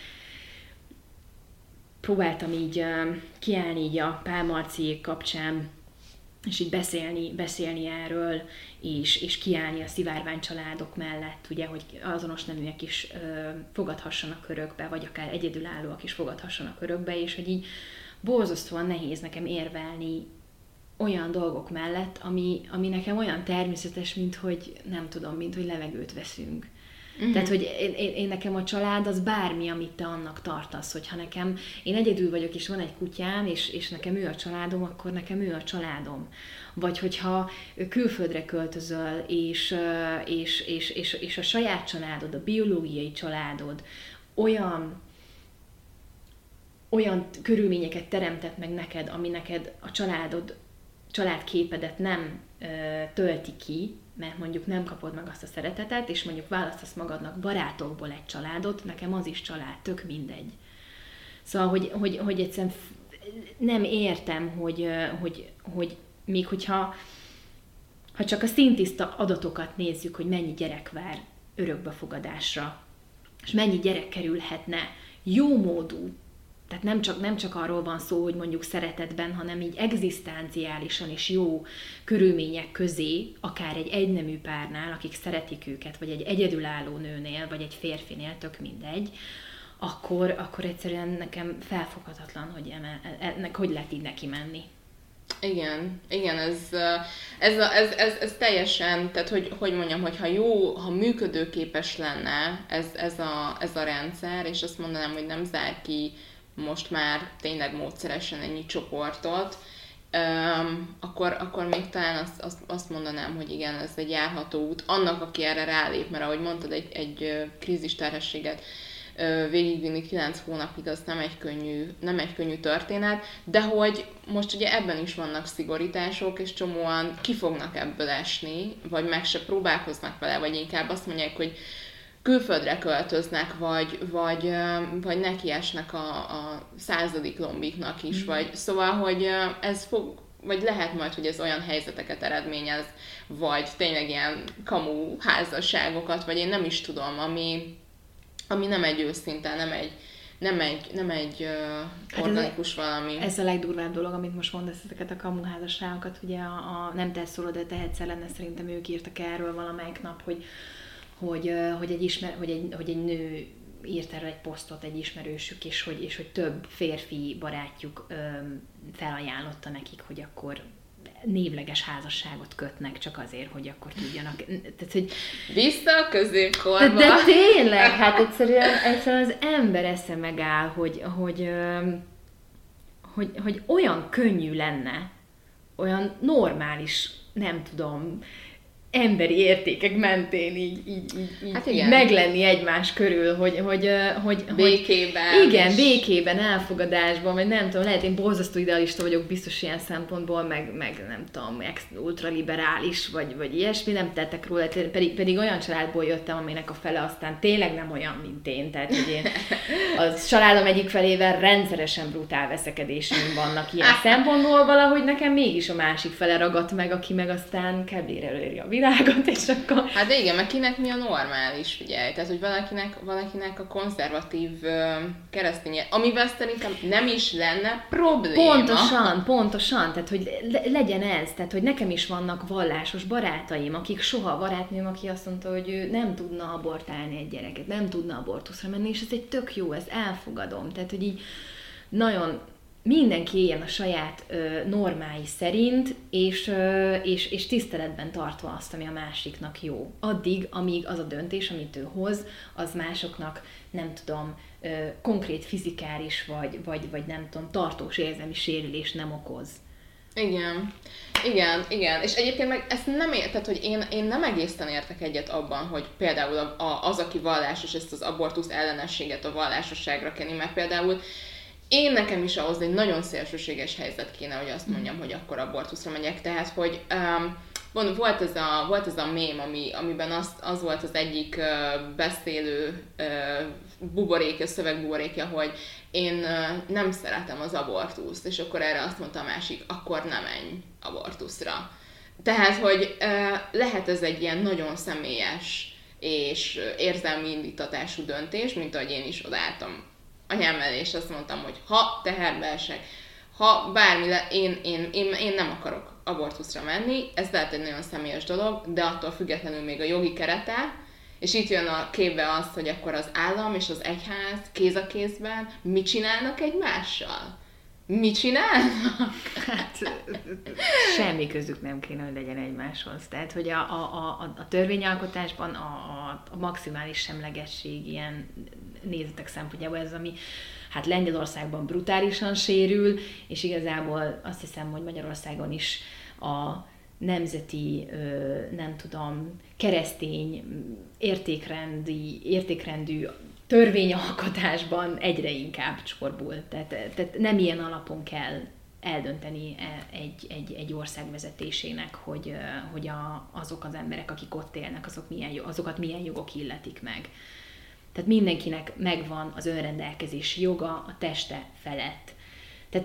próbáltam így ö, kiállni így a Pál-Marciék kapcsán, és így beszélni, beszélni erről, és, és kiállni a szivárvány családok mellett, ugye, hogy azonos neműek is ö, fogadhassanak örökbe, vagy akár egyedülállóak is fogadhassanak örökbe, és hogy így borzasztóan nehéz nekem érvelni olyan dolgok mellett, ami, ami nekem olyan természetes, mint hogy nem tudom, mint hogy levegőt veszünk. Uh-huh. Tehát, hogy én, én, én nekem a család az bármi, amit te annak tartasz, hogyha nekem, én egyedül vagyok, és van egy kutyám, és, és nekem ő a családom, akkor nekem ő a családom. Vagy hogyha külföldre költözöl, és, és, és, és, és a saját családod, a biológiai családod olyan, olyan körülményeket teremtett meg neked, ami neked a családod, családképedet nem ö, tölti ki, mert mondjuk nem kapod meg azt a szeretetet, és mondjuk választasz magadnak barátokból egy családot, nekem az is család, tök mindegy. Szóval, hogy, hogy, hogy egyszerűen nem értem, hogy, hogy, hogy még hogyha ha csak a szintiszta adatokat nézzük, hogy mennyi gyerek vár örökbefogadásra, és mennyi gyerek kerülhetne jómódú, tehát nem csak, nem csak arról van szó, hogy mondjuk szeretetben, hanem így egzisztenciálisan és jó körülmények közé, akár egy egynemű párnál, akik szeretik őket, vagy egy egyedülálló nőnél, vagy egy férfinél, tök mindegy, akkor, akkor egyszerűen nekem felfoghatatlan, hogy ennek hogy lehet így neki menni. Igen, igen, ez, ez, ez, ez, ez teljesen, tehát hogy, hogy mondjam, hogy ha jó, ha működőképes lenne ez, ez, a, ez a rendszer, és azt mondanám, hogy nem zár ki most már tényleg módszeresen ennyi csoportot, um, akkor, akkor még talán azt, azt, azt mondanám, hogy igen, ez egy járható út annak, aki erre rálép, mert ahogy mondtad, egy, egy krízisterhességet végigvinni kilenc hónapig, az nem egy könnyű, nem egy könnyű történet, de hogy most ugye ebben is vannak szigorítások, és csomóan ki fognak ebből esni, vagy meg se próbálkoznak vele, vagy inkább azt mondják, hogy külföldre költöznek, vagy, vagy, vagy nekiesnek a, a századik lombiknak is, mm. vagy szóval, hogy ez fog, vagy lehet majd, hogy ez olyan helyzeteket eredményez, vagy tényleg ilyen kamu házasságokat, vagy én nem is tudom, ami, ami nem egy őszinte, nem egy, nem egy, nem egy uh, organikus hát ez valami. Ez a legdurvább dolog, amit most mondasz, ezeket a kamu házasságokat, ugye a, a nem te szólod, de tehetsz lenne, szerintem ők írtak erről valamelyik nap, hogy hogy, hogy, egy, ismer, hogy, egy, hogy egy nő írt erről egy posztot egy ismerősük, és hogy, és hogy több férfi barátjuk öm, felajánlotta nekik, hogy akkor névleges házasságot kötnek csak azért, hogy akkor tudjanak. Tehát, hogy vissza a középkorba. De, de tényleg, hát egyszerűen, egyszerűen az ember esze megáll, hogy, hogy, hogy, hogy olyan könnyű lenne, olyan normális, nem tudom, emberi értékek mentén így, így, így, hát így meglenni egymás körül, hogy, hogy, hogy békében. Hogy, igen, békében, elfogadásban, vagy nem tudom, lehet én borzasztó idealista vagyok biztos ilyen szempontból, meg, meg nem tudom, ex, ultraliberális, vagy, vagy ilyesmi, nem tettek róla, pedig, pedig olyan családból jöttem, aminek a fele aztán tényleg nem olyan, mint én, tehát hogy én a családom egyik felével rendszeresen brutál veszekedéseim vannak ilyen szempontból, valahogy nekem mégis a másik fele ragadt meg, aki meg aztán kevére előri a világot, és akkor... Hát de igen, meg kinek mi a normális, figyelj. Tehát, hogy valakinek, valakinek a konzervatív uh, keresztény, amivel szerintem nem is lenne probléma. Pontosan, pontosan. Tehát, hogy le- legyen ez. Tehát, hogy nekem is vannak vallásos barátaim, akik soha, barátnőm, aki azt mondta, hogy ő nem tudna abortálni egy gyereket, nem tudna abortuszra menni, és ez egy tök jó, ezt elfogadom. Tehát, hogy így nagyon... mindenki éljen a saját ö, normái szerint, és, ö, és, és tiszteletben tartva azt, ami a másiknak jó. Addig, amíg az a döntés, amit ő hoz, az másoknak, nem tudom, ö, konkrét fizikális, vagy, vagy, vagy nem tudom, tartós érzelmi sérülés nem okoz. Igen, igen, igen. És egyébként meg ezt nem érted, hogy én, én nem egészen értek egyet abban, hogy például a, a, az, aki vallásos, ezt az abortusz ellenességet a vallásosságra kenni, mert például én nekem is ahhoz egy nagyon szélsőséges helyzet kéne, hogy azt mondjam, hogy akkor abortuszra megyek. Tehát, hogy um, volt, ez a, volt ez a mém, ami, amiben az, az volt az egyik uh, beszélő uh, buborékja, szövegbuborékja, hogy én uh, nem szeretem az abortuszt, és akkor erre azt mondta a másik, akkor nem menj abortuszra. Tehát, hogy uh, lehet ez egy ilyen nagyon személyes és érzelmi indítatású döntés, mint ahogy én is odaálltam anyám mellé, és azt mondtam, hogy ha teherbe esek, ha bármi, le, én, én, én, én nem akarok abortuszra menni, ez lehet egy nagyon személyes dolog, de attól függetlenül még a jogi kerete, és itt jön a képbe az, hogy akkor az állam és az egyház kéz a kézben mit csinálnak egymással? Mit csinálnak? Hát semmi közük nem kéne, hogy legyen egymáshoz. Tehát, hogy a, a, a, a törvényalkotásban a, a, a maximális semlegesség ilyen nézetek szempontjából ez, ami hát Lengyelországban brutálisan sérül, és igazából azt hiszem, hogy Magyarországon is a nemzeti, nem tudom, keresztény értékrendi, értékrendű törvényalkotásban egyre inkább csorbul. Tehát, tehát nem ilyen alapon kell eldönteni egy, egy, egy ország vezetésének, hogy, hogy a, azok az emberek, akik ott élnek, azok milyen, azokat milyen jogok illetik meg. Tehát mindenkinek megvan az önrendelkezési joga a teste felett. Tehát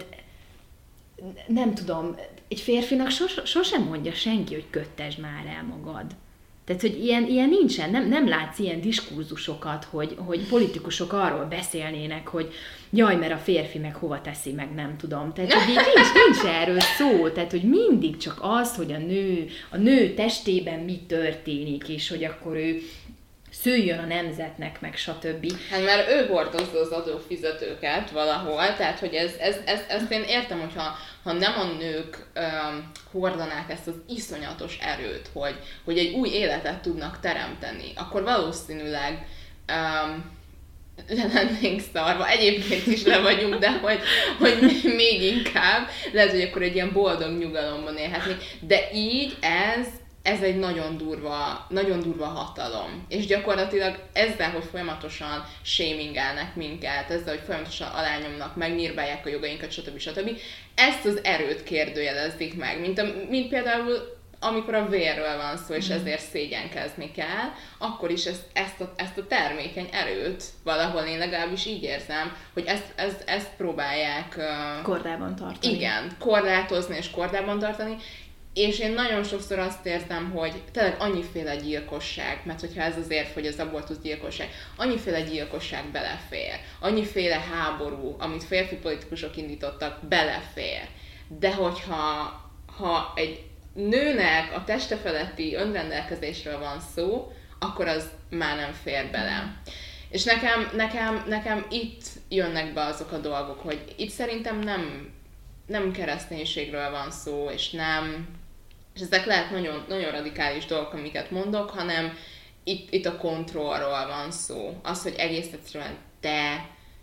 nem tudom, egy férfinak sos, sosem mondja senki, hogy köttesd már el magad. Tehát, hogy ilyen, ilyen nincsen, nem, nem látsz ilyen diskurzusokat, hogy, hogy politikusok arról beszélnének, hogy jaj, mert a férfi meg hova teszi, meg nem tudom. Tehát, hogy nincs, nincs erről szó, tehát, hogy mindig csak az, hogy a nő, a nő testében mi történik, és hogy akkor ő szüljön a nemzetnek, meg stb. Hát mert ő hordozza az adófizetőket valahol, tehát hogy ez, ez, ez, ezt én értem, hogyha ha nem a nők um, hordanák ezt az iszonyatos erőt, hogy, hogy egy új életet tudnak teremteni, akkor valószínűleg um, le lennénk szarva. Egyébként is le vagyunk, de hogy, hogy még inkább lehet, hogy akkor egy ilyen boldog nyugalomban élhetnénk. De így ez ez egy nagyon durva, nagyon durva hatalom. És gyakorlatilag ezzel, hogy folyamatosan shamingelnek minket, ezzel, hogy folyamatosan alányomnak, megnyírbálják a jogainkat, stb. stb. Ezt az erőt kérdőjelezik meg. Mint, a, mint például, amikor a vérről van szó, és ezért szégyenkezni kell, akkor is ezt, ezt, a, ezt a termékeny erőt valahol én legalábbis így érzem, hogy ezt, ezt, ezt próbálják uh, kordában tartani. Igen, korlátozni és kordában tartani. És én nagyon sokszor azt érzem, hogy tényleg annyiféle gyilkosság, mert hogyha ez az érv, hogy az abortusz gyilkosság, annyiféle gyilkosság belefér, annyiféle háború, amit férfi politikusok indítottak, belefér. De hogyha ha egy nőnek a teste feletti önrendelkezésről van szó, akkor az már nem fér bele. És nekem, nekem, nekem itt jönnek be azok a dolgok, hogy itt szerintem nem, nem kereszténységről van szó, és nem, és ezek lehet nagyon, nagyon radikális dolgok, amiket mondok, hanem itt, itt a kontrollról van szó. Az, hogy egész egyszerűen te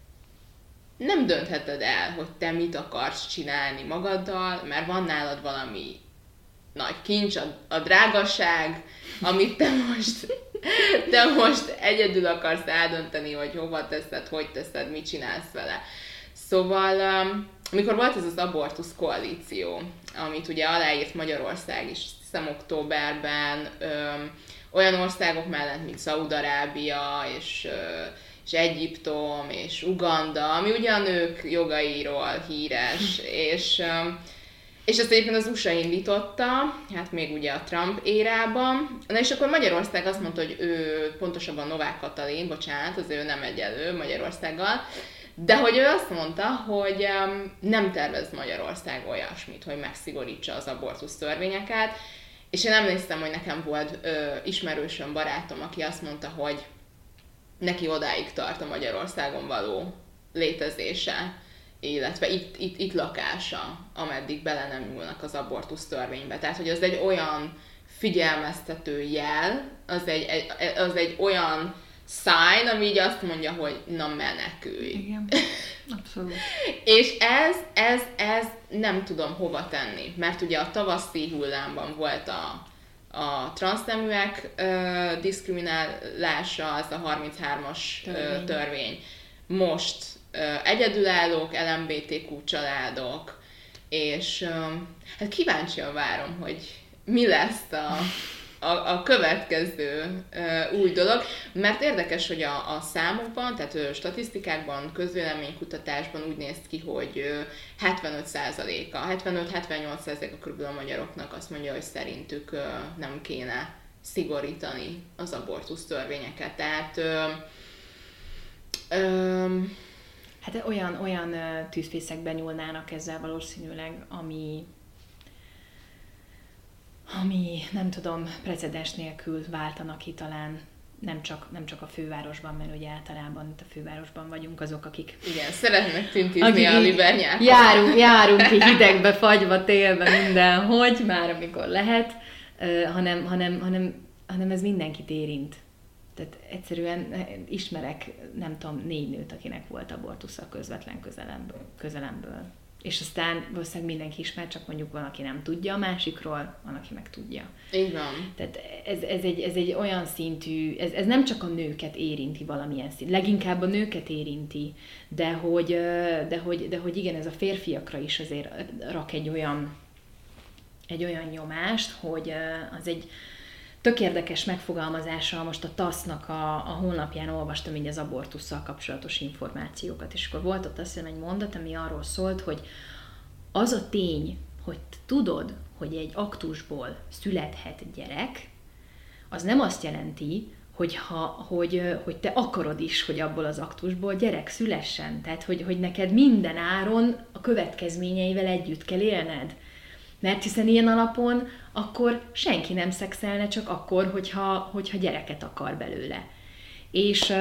nem döntheted el, hogy te mit akarsz csinálni magaddal, mert van nálad valami nagy kincs, a, a drágaság, amit te most, te most egyedül akarsz eldönteni, hogy hova teszed, hogy teszed, mit csinálsz vele. Szóval, um, amikor volt ez az abortusz koalíció, amit ugye aláírt Magyarország is, hiszem októberben, um, olyan országok mellett, mint Szaúd-Arábia, és, uh, és Egyiptom, és Uganda, ami ugye a nők jogairól híres, és... Um, És ezt egyébként az u es á indította, hát még ugye a Trump érában. Na és akkor Magyarország azt mondta, hogy ő, pontosabban Novák Katalin, bocsánat, az ő nem egyelő Magyarországgal, de hogy ő azt mondta, hogy um, nem tervez Magyarország olyasmit, hogy megszigorítsa az abortusz törvényeket, és én emlékszem, hogy nekem volt ö, ismerősöm, barátom, aki azt mondta, hogy neki odáig tart a Magyarországon való létezése, illetve itt, itt, itt lakása, ameddig bele nem nyúlnak az abortusz törvénybe. Tehát, hogy az egy olyan figyelmeztető jel, az egy, egy, az egy olyan sign, ami így azt mondja, hogy na menekülj. Igen, abszolút. És ez, ez, ez nem tudom hova tenni, mert ugye a tavaszi hullámban volt a, a transzneműek ö, diszkriminálása, az a harminchármas törvény. Ö, törvény. Most egyedülállók, el em bé té kú családok, és hát kíváncsian várom, hogy mi lesz a, a, a következő új dolog, mert érdekes, hogy a, a számokban, tehát statisztikákban, közvéleménykutatásban úgy néz ki, hogy hetvenöt százaléka, hetvenöt-hetvennyolc százaléka körülbelül a magyaroknak azt mondja, hogy szerintük nem kéne szigorítani az abortusz törvényeket. Tehát ö, ö, Hát olyan, olyan tűzfészekbe nyúlnának ezzel valószínűleg, ami, ami nem tudom, precedens nélkül váltanak ki talán nem csak, nem csak a fővárosban, mert ugye általában itt a fővárosban vagyunk azok, akik... Igen, szeretnek tüntizni a libernyákon. Járunk, járunk ki hidegbe, fagyba, télbe, mindenhogy, már amikor lehet, hanem, hanem, hanem, hanem ez mindenkit érint. Tehát egyszerűen ismerek, nem tudom, négy nőt, akinek volt abortusza közvetlen közelemből, közelemből. És aztán valószínűleg mindenki ismer, csak mondjuk van, aki nem tudja a másikról, van, aki meg tudja. Így van. Tehát ez, ez, egy, ez egy olyan szintű, ez, ez nem csak a nőket érinti valamilyen szint, leginkább a nőket érinti, de hogy, de hogy, de hogy igen, ez a férfiakra is azért rak egy olyan, egy olyan nyomást, hogy az egy tök érdekes megfogalmazása, most a tasznak a, a honlapján olvastam így az abortusszal kapcsolatos információkat, és akkor volt ott azt hiszem egy mondat, ami arról szólt, hogy az a tény, hogy tudod, hogy egy aktusból születhet gyerek, az nem azt jelenti, hogy, ha, hogy, hogy te akarod is, hogy abból az aktusból gyerek szülessen. Tehát, hogy, hogy neked minden áron a következményeivel együtt kell élned. Mert hiszen ilyen alapon akkor senki nem szexelne, csak akkor, hogyha, hogyha gyereket akar belőle. És,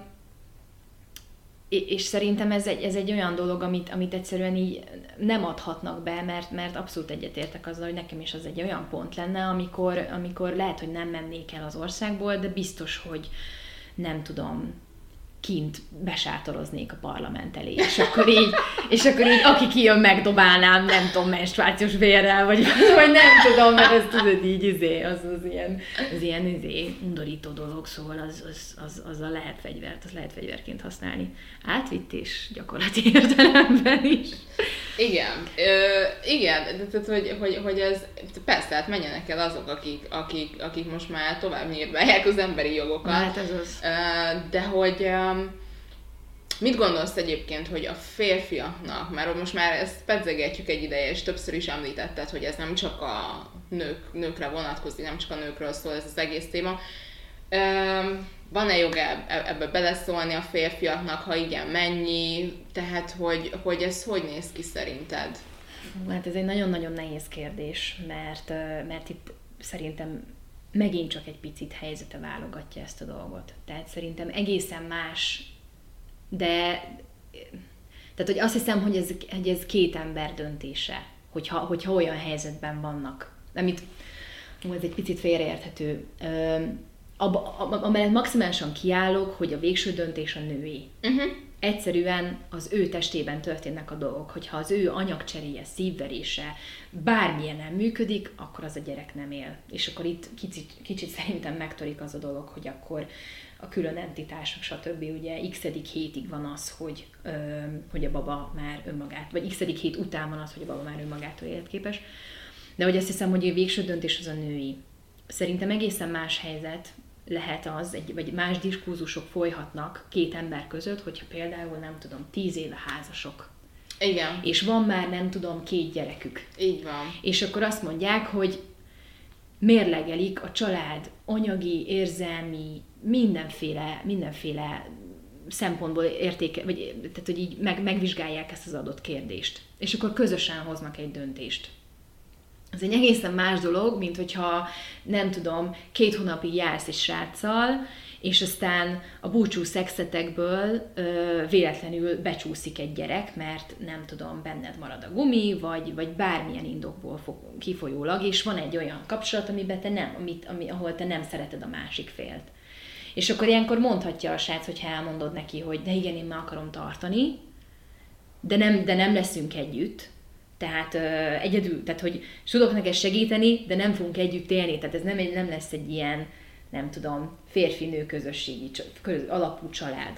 és szerintem ez egy, ez egy olyan dolog, amit, amit egyszerűen így nem adhatnak be, mert, mert abszolút egyetértek azzal, hogy nekem is az egy olyan pont lenne, amikor, amikor lehet, hogy nem mennék el az országból, de biztos, hogy nem tudom, kint besátoroznék a parlament elé, és akkor így, és akkor így aki kijön, megdobálnám, nem tudom, menstruációs vérrel, vagy, vagy nem tudom, mert ez tudod így, izé, az, az ilyen, az ilyen izé, undorító dolog, szóval az, az, az, azzal lehet fegyvert, az lehet fegyverként használni. Átvitt és gyakorlati értelemben is. Igen, Ö, igen, tehát hogy, hogy, hogy ez, persze, hát menjenek el azok, akik, akik, akik most már tovább nyírbálják az emberi jogokat. Hát ez az. De hogy mit gondolsz egyébként, hogy a férfiaknak, mert most már ezt pedzegetjük egy ideje, és többször is említetted, hogy ez nem csak a nők, nőkre vonatkozik, nem csak a nőkről szól ez az egész téma. Van-e joga ebbe beleszólni a férfiaknak, ha igen, mennyi? Tehát, hogy, hogy ez hogy néz ki szerinted? Hát ez egy nagyon-nagyon nehéz kérdés, mert, mert itt szerintem megint csak egy picit helyzete válogatja ezt a dolgot. Tehát szerintem egészen más, de tehát, hogy azt hiszem, hogy ez, hogy ez két ember döntése, hogyha, hogyha olyan helyzetben vannak. Amit, ez egy picit félreérthető. Amellett maximálisan kiállok, hogy a végső döntés a női. Uh-huh. Egyszerűen az ő testében történnek a dolgok. Hogyha az ő anyagcseréje, szívverése bármilyen nem működik, akkor az a gyerek nem él. És akkor itt kicsit, kicsit szerintem megtörik az a dolog, hogy akkor a külön entitások, stb. Ugye x-edik hétig van az, hogy, ö, hogy a baba már önmagát, vagy x-edik hét után van az, hogy a baba már önmagától életképes. De hogy azt hiszem, hogy a végső döntés az a női. Szerintem egészen más helyzet lehet az, egy, vagy más diskurzusok folyhatnak két ember között, hogyha például, nem tudom, tíz éve házasok. Igen. És van már, nem tudom, két gyerekük. Így van. És akkor azt mondják, hogy mérlegelik a család anyagi, érzelmi, mindenféle, mindenféle szempontból értéke, vagy tehát, hogy így meg, megvizsgálják ezt az adott kérdést. És akkor közösen hoznak egy döntést. Ez egy egészen más dolog, mint hogyha, nem tudom, két hónapig jársz egy sráccal, és aztán a búcsú szexetekből ö, véletlenül becsúszik egy gyerek, mert nem tudom, benned marad a gumi, vagy, vagy bármilyen indokból fog, kifolyólag, és van egy olyan kapcsolat, amiben te nem, amit, ami, ahol te nem szereted a másik félt. És akkor ilyenkor mondhatja a srác, hogyha elmondod neki, hogy de igen, én meg akarom tartani, de nem, de nem leszünk együtt. Tehát ö, egyedül, tehát hogy tudok neked segíteni, de nem fogunk együtt élni, tehát ez nem, nem lesz egy ilyen, nem tudom, férfi-nő közösségi köz, alapú család.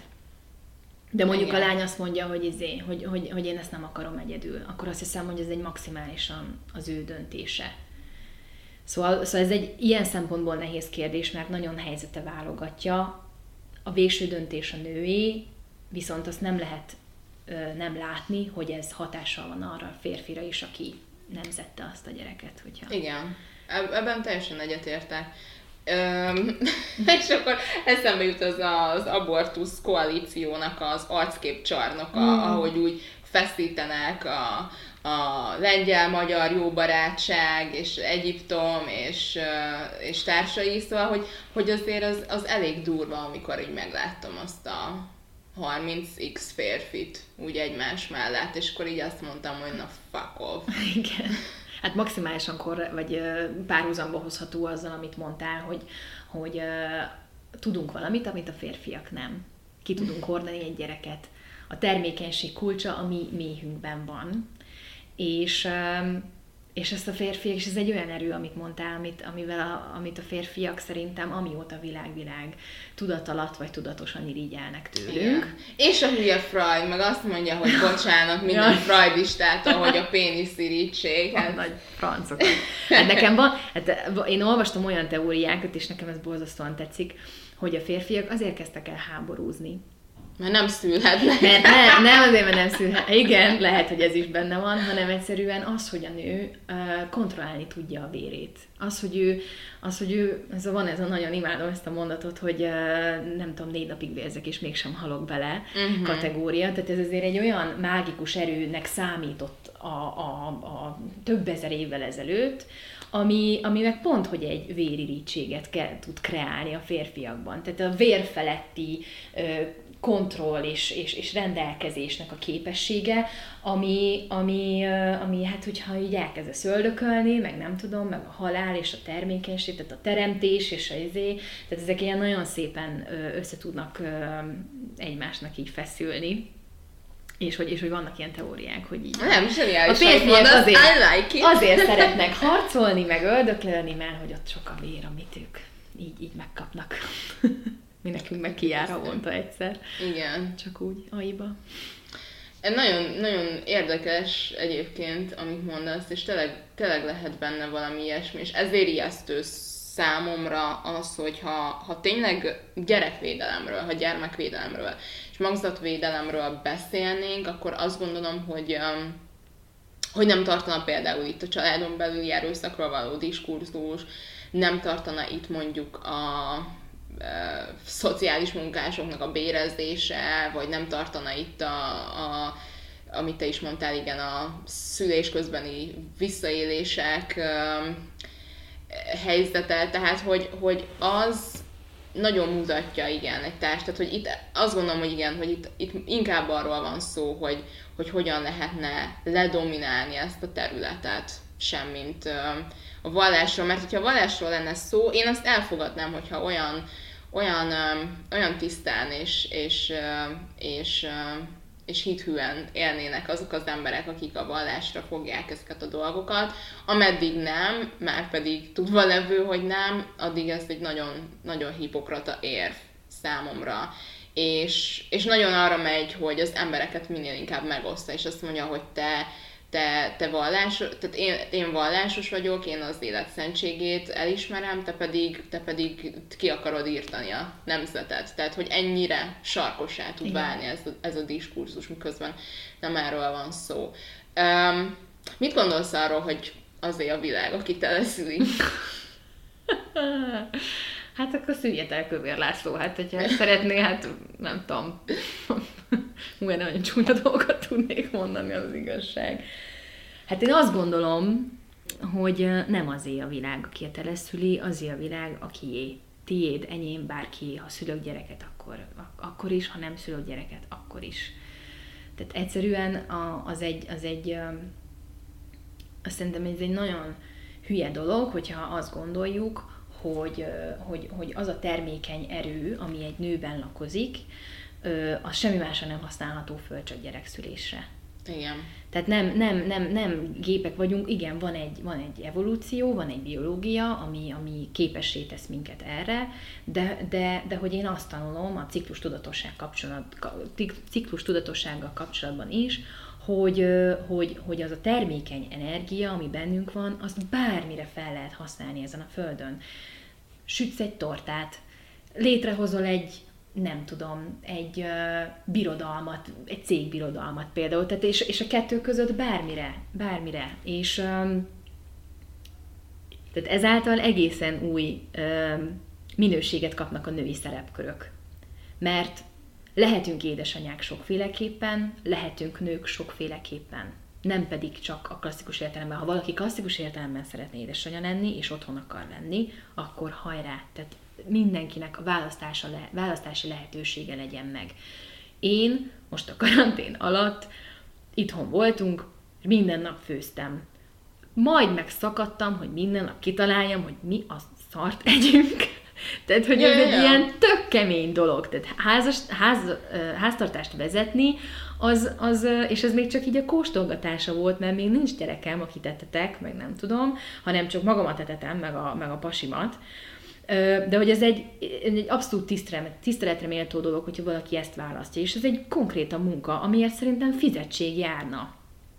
De mondjuk igen. A lány azt mondja, hogy, izé, hogy, hogy, hogy én ezt nem akarom egyedül, akkor azt hiszem, hogy ez egy maximálisan az ő döntése. Szóval, szóval ez egy ilyen szempontból nehéz kérdés, mert nagyon helyzete válogatja. A végső döntés a nőé, viszont azt nem lehet nem látni, hogy ez hatással van arra a férfira is, aki nemzette azt a gyereket. Hogyha... Igen, ebben teljesen egyetértek. Öm, és akkor eszembe jut az az abortusz koalíciónak az arcképcsarnoka, mm. ahogy úgy feszítenek a, a lengyel-magyar jó barátság, és Egyiptom, és, és társai, szóval, hogy, hogy azért az, az elég durva, amikor így megláttam azt a harminc x férfit úgy egymás mellett, és akkor így azt mondtam, hogy na fuck off. Igen. Hát maximálisan korre, vagy párhuzamba hozható azzal, amit mondtál, hogy, hogy uh, tudunk valamit, amit a férfiak nem. Ki tudunk hordani egy gyereket. A termékenység kulcsa a mi méhünkben van. És, um, és ezt a férfiak, és ez egy olyan erő, amit mondtál, amit, amivel a, amit a férfiak szerintem amióta világ-világ tudat alatt, vagy tudatosan irigyelnek tőlünk. Igen. És a hülye Freud, meg azt mondja, hogy bocsánat minden freudistától, hogy a pénisz irítség. Hát nagy francokat. Hát nekem van, hát én olvastam olyan teóriákat, és nekem ez borzasztóan tetszik, hogy a férfiak azért kezdtek el háborúzni. Mert nem szülhetnek. Mert ne, nem azért, mert nem szülhet. Igen, lehet, hogy ez is benne van, hanem egyszerűen az, hogy a nő uh, kontrollálni tudja a vérét. Az, hogy ő, az, hogy ő ez a, van ez a nagyon imádom ezt a mondatot, hogy uh, nem tudom, négy napig vérzek, és mégsem halok bele uh-huh. kategória. Tehát ez azért egy olyan mágikus erőnek számított a, a, a több ezer évvel ezelőtt, Ami, ami meg pont, hogy egy vérirítséget kell, tud kreálni a férfiakban. Tehát a vér feletti ö, kontroll és, és, és rendelkezésnek a képessége, ami, ami, ö, ami hát, hogyha így elkezdesz öldökölni, meg nem tudom, meg a halál és a termékenység, tehát a teremtés és a izé, tehát ezek ilyen nagyon szépen ö, össze tudnak ö, egymásnak így feszülni. És hogy, és hogy vannak ilyen teóriák, hogy így... Nem, zseniális, a férfiak azért, like azért szeretnek harcolni, meg öldöklölni, mert hogy ott sok a vér, amit ők így, így megkapnak. Mi nekünk meg kijár havonta egyszer. Igen. Csak úgy, aiba. Nagyon, nagyon érdekes egyébként, amit mondasz, és tényleg, tényleg lehet benne valami ilyesmi, és ezért ijesztő számomra az, hogy ha, ha tényleg gyerekvédelemről, ha gyermekvédelemről és magzatvédelemről beszélnénk, akkor azt gondolom, hogy, hogy nem tartana például itt a családon belüli erőszakról való diskurzus, nem tartana itt mondjuk a e, szociális munkásoknak a bérezése, vagy nem tartana itt a, a amit te is mondtál, igen, a szülés közbeni visszaélések, helyzete, tehát hogy, hogy az nagyon mutatja, igen, egy társ. Tehát, hogy itt azt gondolom, hogy igen, hogy itt, itt inkább arról van szó, hogy, hogy hogyan lehetne ledominálni ezt a területet, semmint a vallásról. Mert hogyha a vallásról lenne szó, én azt elfogadnám, hogyha olyan, olyan, olyan tisztán és, és, és, és hithűen élnének azok az emberek, akik a vallásra fogják ezeket a dolgokat. Ameddig nem, már pedig tudva levő, hogy nem, addig ez egy nagyon, nagyon hipokrata érv számomra. És, és nagyon arra megy, hogy az embereket minél inkább megoszta, és azt mondja, hogy te, te, te vallásos, tehát én, én vallásos vagyok, én az élet szentségét elismerem, te pedig, te pedig ki akarod írtani a nemzetet. Tehát, hogy ennyire sarkossá tud válni ez a, ez a diskurzus, miközben nem erről van szó. Um, mit gondolsz arról, hogy azért a világ, aki teleszüli? Hát akkor szüljetek Kövér László, hát hogyha ezt szeretné, hát nem tudom, olyan nagyon csúnya dolgokat tudnék mondani, az igazság. Hát én azt gondolom, hogy nem azé a világ, aki a teleszüli, azé a világ, akié. Tiéd, enyém, bárki, ha szülök gyereket, akkor, akkor is, ha nem szülök gyereket, akkor is. Tehát egyszerűen az egy, az egy azt szerintem ez egy nagyon hülye dolog, hogyha azt gondoljuk, Hogy, hogy, hogy az a termékeny erő, ami egy nőben lakozik, az semmi másra nem használható föl, csak gyerekszülésre. Igen. Tehát nem, nem, nem, nem gépek vagyunk, igen, van egy, van egy evolúció, van egy biológia, ami, ami képessé tesz minket erre, de, de, de hogy én azt tanulom a ciklus tudatosság kapcsolat, ciklus tudatossággal kapcsolatban is, Hogy, hogy, hogy az a termékeny energia, ami bennünk van, azt bármire fel lehet használni ezen a földön. Sütsz egy tortát, létrehozol egy, nem tudom, egy uh, birodalmat, egy cégbirodalmat például, tehát és, és a kettő között bármire, bármire. És um, tehát ezáltal egészen új um, minőséget kapnak a női szerepkörök. Mert lehetünk édesanyák sokféleképpen, lehetünk nők sokféleképpen. Nem pedig csak a klasszikus értelemben. Ha valaki klasszikus értelemben szeretne édesanyja lenni, és otthon akar lenni, akkor hajrá. Tehát mindenkinek a választása le, választási lehetősége legyen meg. Én most a karantén alatt itthon voltunk, minden nap főztem. Majd megszakadtam, hogy minden nap kitaláljam, hogy mi a szart együnk. Tehát, hogy ja, ez ja, egy ja. ilyen tök kemény dolog. Tehát házas, ház, háztartást vezetni, az, az, és ez még csak így a kóstolgatása volt, mert még nincs gyerekem, akit etetek, meg nem tudom, hanem csak magamat etetem, meg a, meg a pasimat. De hogy ez egy, egy abszolút tiszteletre méltó dolog, hogyha valaki ezt választja, és ez egy konkrét a munka, amiért szerintem fizetség járna.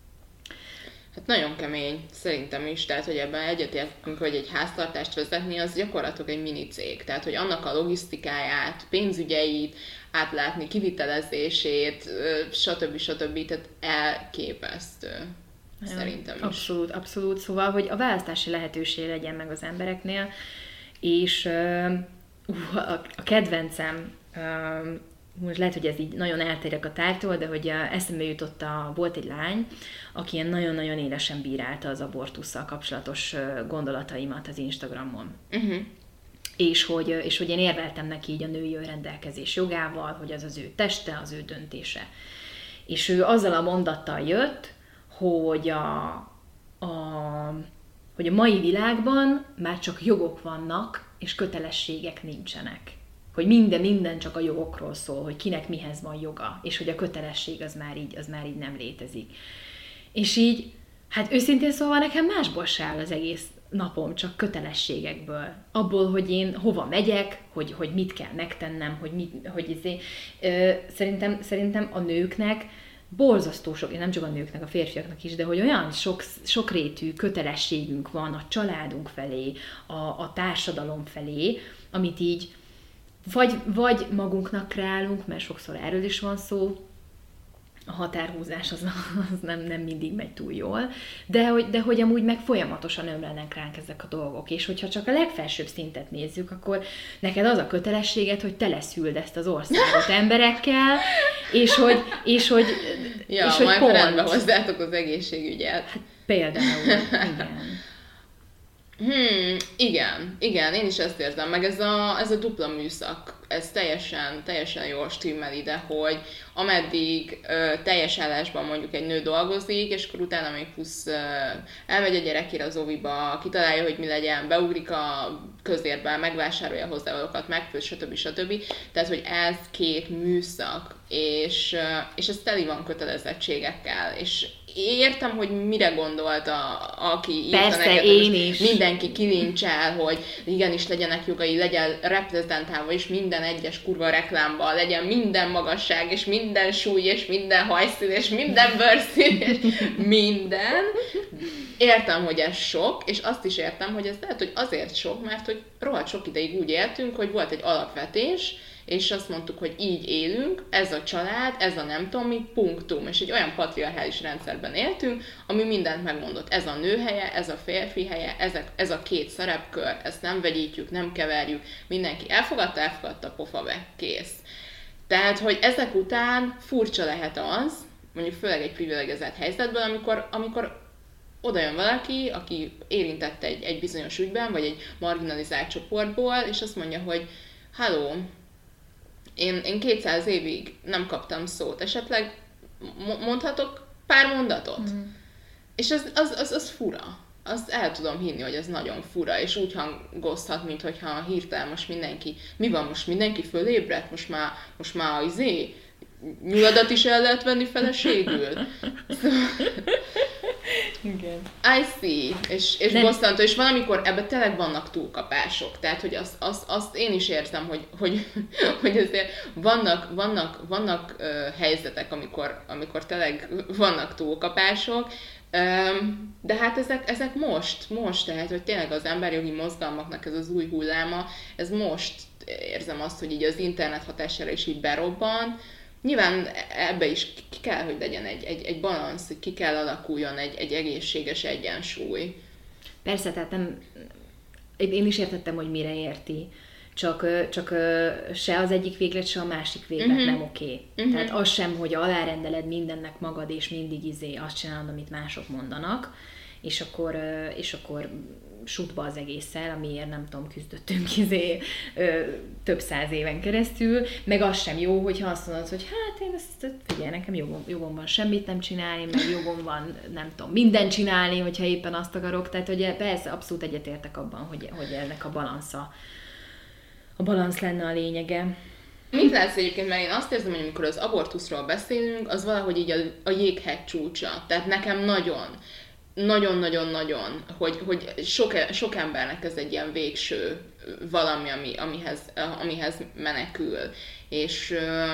Hát nagyon kemény, szerintem is, tehát hogy ebben egyetértünk, hogy egy háztartást vezetni, az gyakorlatilag egy mini cég, tehát hogy annak a logisztikáját, pénzügyeit, átlátni, kivitelezését, stb. stb. Tehát elképesztő, nagyon, szerintem is. Abszolút, abszolút, szóval, hogy a választási lehetőség legyen meg az embereknél, és uh, a, a kedvencem, uh, most lehet, hogy ez így nagyon eltérek a tártól, de hogy eszembe jutott, a, volt egy lány, aki ilyen nagyon-nagyon élesen bírálta az abortusszal kapcsolatos gondolataimat az Instagramon. Uh-huh. És, hogy, és hogy én érveltem neki így a női önrendelkezés jogával, hogy az az ő teste, az ő döntése. És ő azzal a mondattal jött, hogy a, a, hogy a mai világban már csak jogok vannak, és kötelességek nincsenek. Hogy minden, minden csak a jogokról szól, hogy kinek mihez van joga, és hogy a kötelesség az már így, az már így nem létezik. És így, hát őszintén szóval nekem másból se áll az egész napom, csak kötelességekből. Abból, hogy én hova megyek, hogy, hogy mit kell megtennem, hogy, mit, hogy izé, ö, szerintem, szerintem a nőknek borzasztó sok, nem csak a nőknek, a férfiaknak is, de hogy olyan sok, sokrétű kötelességünk van a családunk felé, a, a társadalom felé, amit így Vagy, vagy magunknak kreálunk, mert sokszor erről is van szó, a határhúzás az, az nem, nem mindig megy túl jól, de hogy, de hogy amúgy meg folyamatosan ömlenek ránk ezek a dolgok, és hogyha csak a legfelsőbb szintet nézzük, akkor neked az a kötelességed, hogy teleszüld ezt az országot emberekkel, és hogy, és hogy, ja, és hogy majd rendbe hozzátok az egészségügyet. Hát például, igen. Hmm, igen, igen, én is ezt érzem, meg ez a, ez a dupla műszak, ez teljesen, teljesen jól stimmel ide, hogy ameddig ö, teljes állásban mondjuk egy nő dolgozik, és akkor utána még plusz ö, elmegy a gyerekére az óviba, kitalálja, hogy mi legyen, beugrik a közérbe, megvásárolja hozzávalókat, megfőz, stb. stb. Tehát, hogy ez két műszak, és, ö, és ez teli van kötelezettségekkel, és értem, hogy mire gondolt, a, aki írta Persze, neked, én is. Mindenki kilincsel, hogy igenis legyenek jogai, legyen reprezentálva, és minden egyes kurva reklámban legyen minden magasság, és minden súly, és minden hajszín, és minden bőrszín, és minden. Értem, hogy ez sok, és azt is értem, hogy ez lehet, hogy azért sok, mert hogy rohadt sok ideig úgy éltünk, hogy volt egy alapvetés, és azt mondtuk, hogy így élünk, ez a család, ez a nem tudom mi, punktum. És egy olyan patriarchális rendszerben éltünk, ami mindent megmondott. Ez a nő helye, ez a férfi helye, ezek, ez a két szerepkör, ezt nem vegyítjük, nem keverjük. Mindenki elfogadta, elfogadta, pofa be, kész. Tehát, hogy ezek után furcsa lehet az, mondjuk főleg egy privilegizett helyzetben, amikor, amikor oda jön valaki, aki érintett egy, egy bizonyos ügyben, vagy egy marginalizált csoportból, és azt mondja, hogy halló, Én, én kétszáz évig nem kaptam szót, esetleg mondhatok pár mondatot? Mm. És az, az, az, az fura. Azt el tudom hinni, hogy ez nagyon fura, és úgy hangozhat, mintha hirtelen most mindenki, mi van most, mindenki fölébredt? Most már, most már az izé, nyuladat is el lehet venni feleségül? Igen. I see, és, és bosszantó, és valamikor ebben tényleg vannak túlkapások, tehát hogy azt, azt, azt én is érzem, hogy, hogy, hogy azért vannak, vannak, vannak uh, helyzetek, amikor, amikor tényleg vannak túlkapások, um, de hát ezek, ezek most, most, tehát hogy tényleg az emberjogi mozgalmaknak ez az új hulláma, ez most érzem azt, hogy így az internet hatására is így berobban. Nyilván ebbe is ki kell, hogy legyen egy, egy, egy balansz, hogy ki kell alakuljon egy, egy egészséges egyensúly. Persze, tehát nem, én is értettem, hogy mire érti, csak, csak se az egyik véglet, se a másik véglet uh-huh. nem oké. Okay. Uh-huh. Tehát az sem, hogy alárendeled mindennek magad, és mindig izé azt csinálod, amit mások mondanak, és akkor, és akkor sútba az egésszel, amiért nem tudom, küzdöttünk izé, ö, több száz éven keresztül, meg az sem jó, hogyha azt mondod, hogy hát én ezt, figyelj, nekem jogom, jogom van semmit nem csinálni, meg jogom van, nem tudom, mindent csinálni, hogyha éppen azt akarok, tehát hogy persze abszolút egyetértek abban, hogy, hogy ennek a balansza, a balansz lenne a lényege. Mit látsz egyébként, mert én azt érzem, hogy amikor az abortuszról beszélünk, az valahogy így a, a jéghegy csúcsa, tehát nekem nagyon nagyon-nagyon-nagyon, hogy, hogy sok, sok embernek ez egy ilyen végső valami, ami, amihez, amihez menekül. És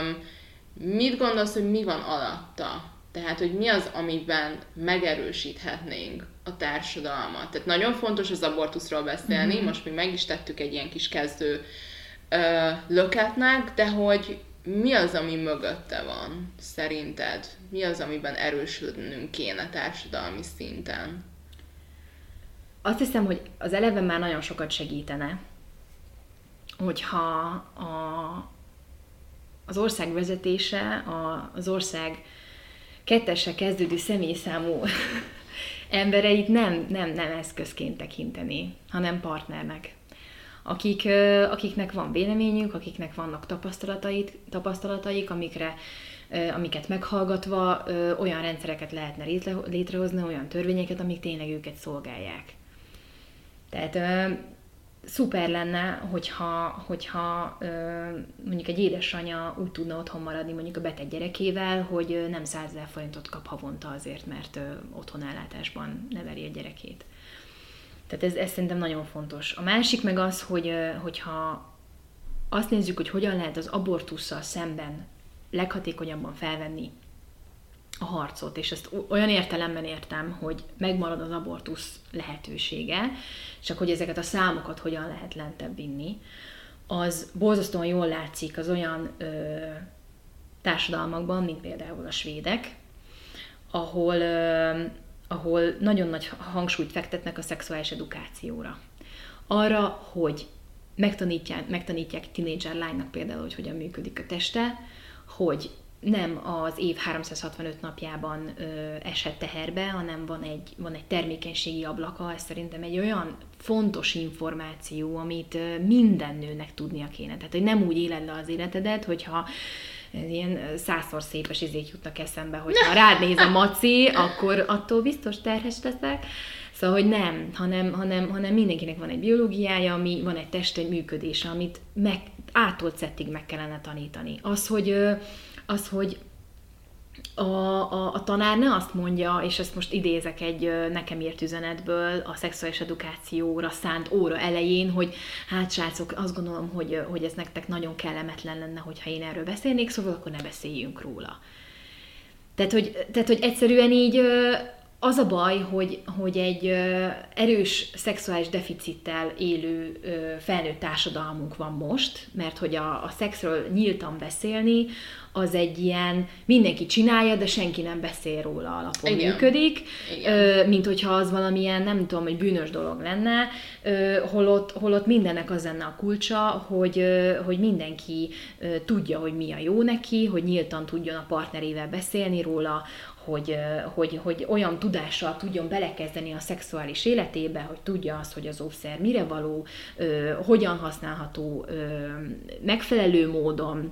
mit gondolsz, hogy mi van alatta? Tehát, hogy mi az, amiben megerősíthetnénk a társadalmat? Tehát nagyon fontos az abortuszról beszélni, mm-hmm. most még meg is tettük egy ilyen kis kezdő ö, löketnek, de hogy mi az, ami mögötte van, szerinted? Mi az, amiben erősödnünk kéne társadalmi szinten? Azt hiszem, hogy az eleve már nagyon sokat segítene, hogyha a, az ország vezetése, a, az ország kettessel kezdődő személyszámú embereit nem, nem, nem eszközként tekinteni, hanem partnernek. Akik, akiknek van véleményük, akiknek vannak tapasztalataik, tapasztalataik amikre, amiket meghallgatva olyan rendszereket lehetne létrehozni, olyan törvényeket, amik tényleg őket szolgálják. Tehát szuper lenne, hogyha, hogyha mondjuk egy édesanyja úgy tudna otthon maradni mondjuk a beteg gyerekével, hogy nem százezer forintot kap havonta azért, mert otthonellátásban neveli a gyerekét. Tehát ez, ez szerintem nagyon fontos. A másik meg az, hogy, hogyha azt nézzük, hogy hogyan lehet az abortusszal szemben leghatékonyabban felvenni a harcot, és ezt olyan értelemben értem, hogy megmarad az abortusz lehetősége, csak hogy ezeket a számokat hogyan lehet lentebb vinni, az borzasztóan jól látszik az olyan ö, társadalmakban, mint például a svédek, ahol, ö, ahol nagyon nagy hangsúlyt fektetnek a szexuális edukációra. Arra, hogy megtanítják, megtanítják tinédzser lánynak például, hogy hogyan működik a teste, hogy nem az év háromszázhatvanöt napjában ö, eshet teherbe, hanem van egy, van egy termékenységi ablaka, ez szerintem egy olyan fontos információ, amit ö, minden nőnek tudnia kéne. Tehát, hogy nem úgy éled le az életedet, hogyha ilyen százszor szépes izék jutnak eszembe, hogyha rád néz a maci, akkor attól biztos terhes leszek. Szóval, hogy nem, hanem, hanem, hanem mindenkinek van egy biológiája, ami, van egy teste működése, amit meg, ától szettig meg kellene tanítani. Az, hogy, az, hogy a, a, a tanár ne azt mondja, és ezt most idézek egy nekem írt üzenetből a szexuális edukációra szánt óra elején, hogy hát srácok, azt gondolom, hogy, hogy ez nektek nagyon kellemetlen lenne, hogyha én erről beszélnék, szóval akkor ne beszéljünk róla. Tehát, hogy, tehát, hogy egyszerűen így az a baj, hogy, hogy egy erős szexuális deficittel élő felnőtt társadalmunk van most, mert hogy a, a szexről nyíltan beszélni, az egy ilyen, mindenki csinálja, de senki nem beszél róla alapon Igen. működik, Igen. mint hogyha az valamilyen, nem tudom, hogy bűnös dolog lenne, holott, holott mindennek az lenne a kulcsa, hogy, hogy mindenki tudja, hogy mi a jó neki, hogy nyíltan tudjon a partnerével beszélni róla, Hogy, hogy, hogy olyan tudással tudjon belekezdeni a szexuális életébe, hogy tudja azt, hogy az óvszer mire való, hogyan használható megfelelő módon,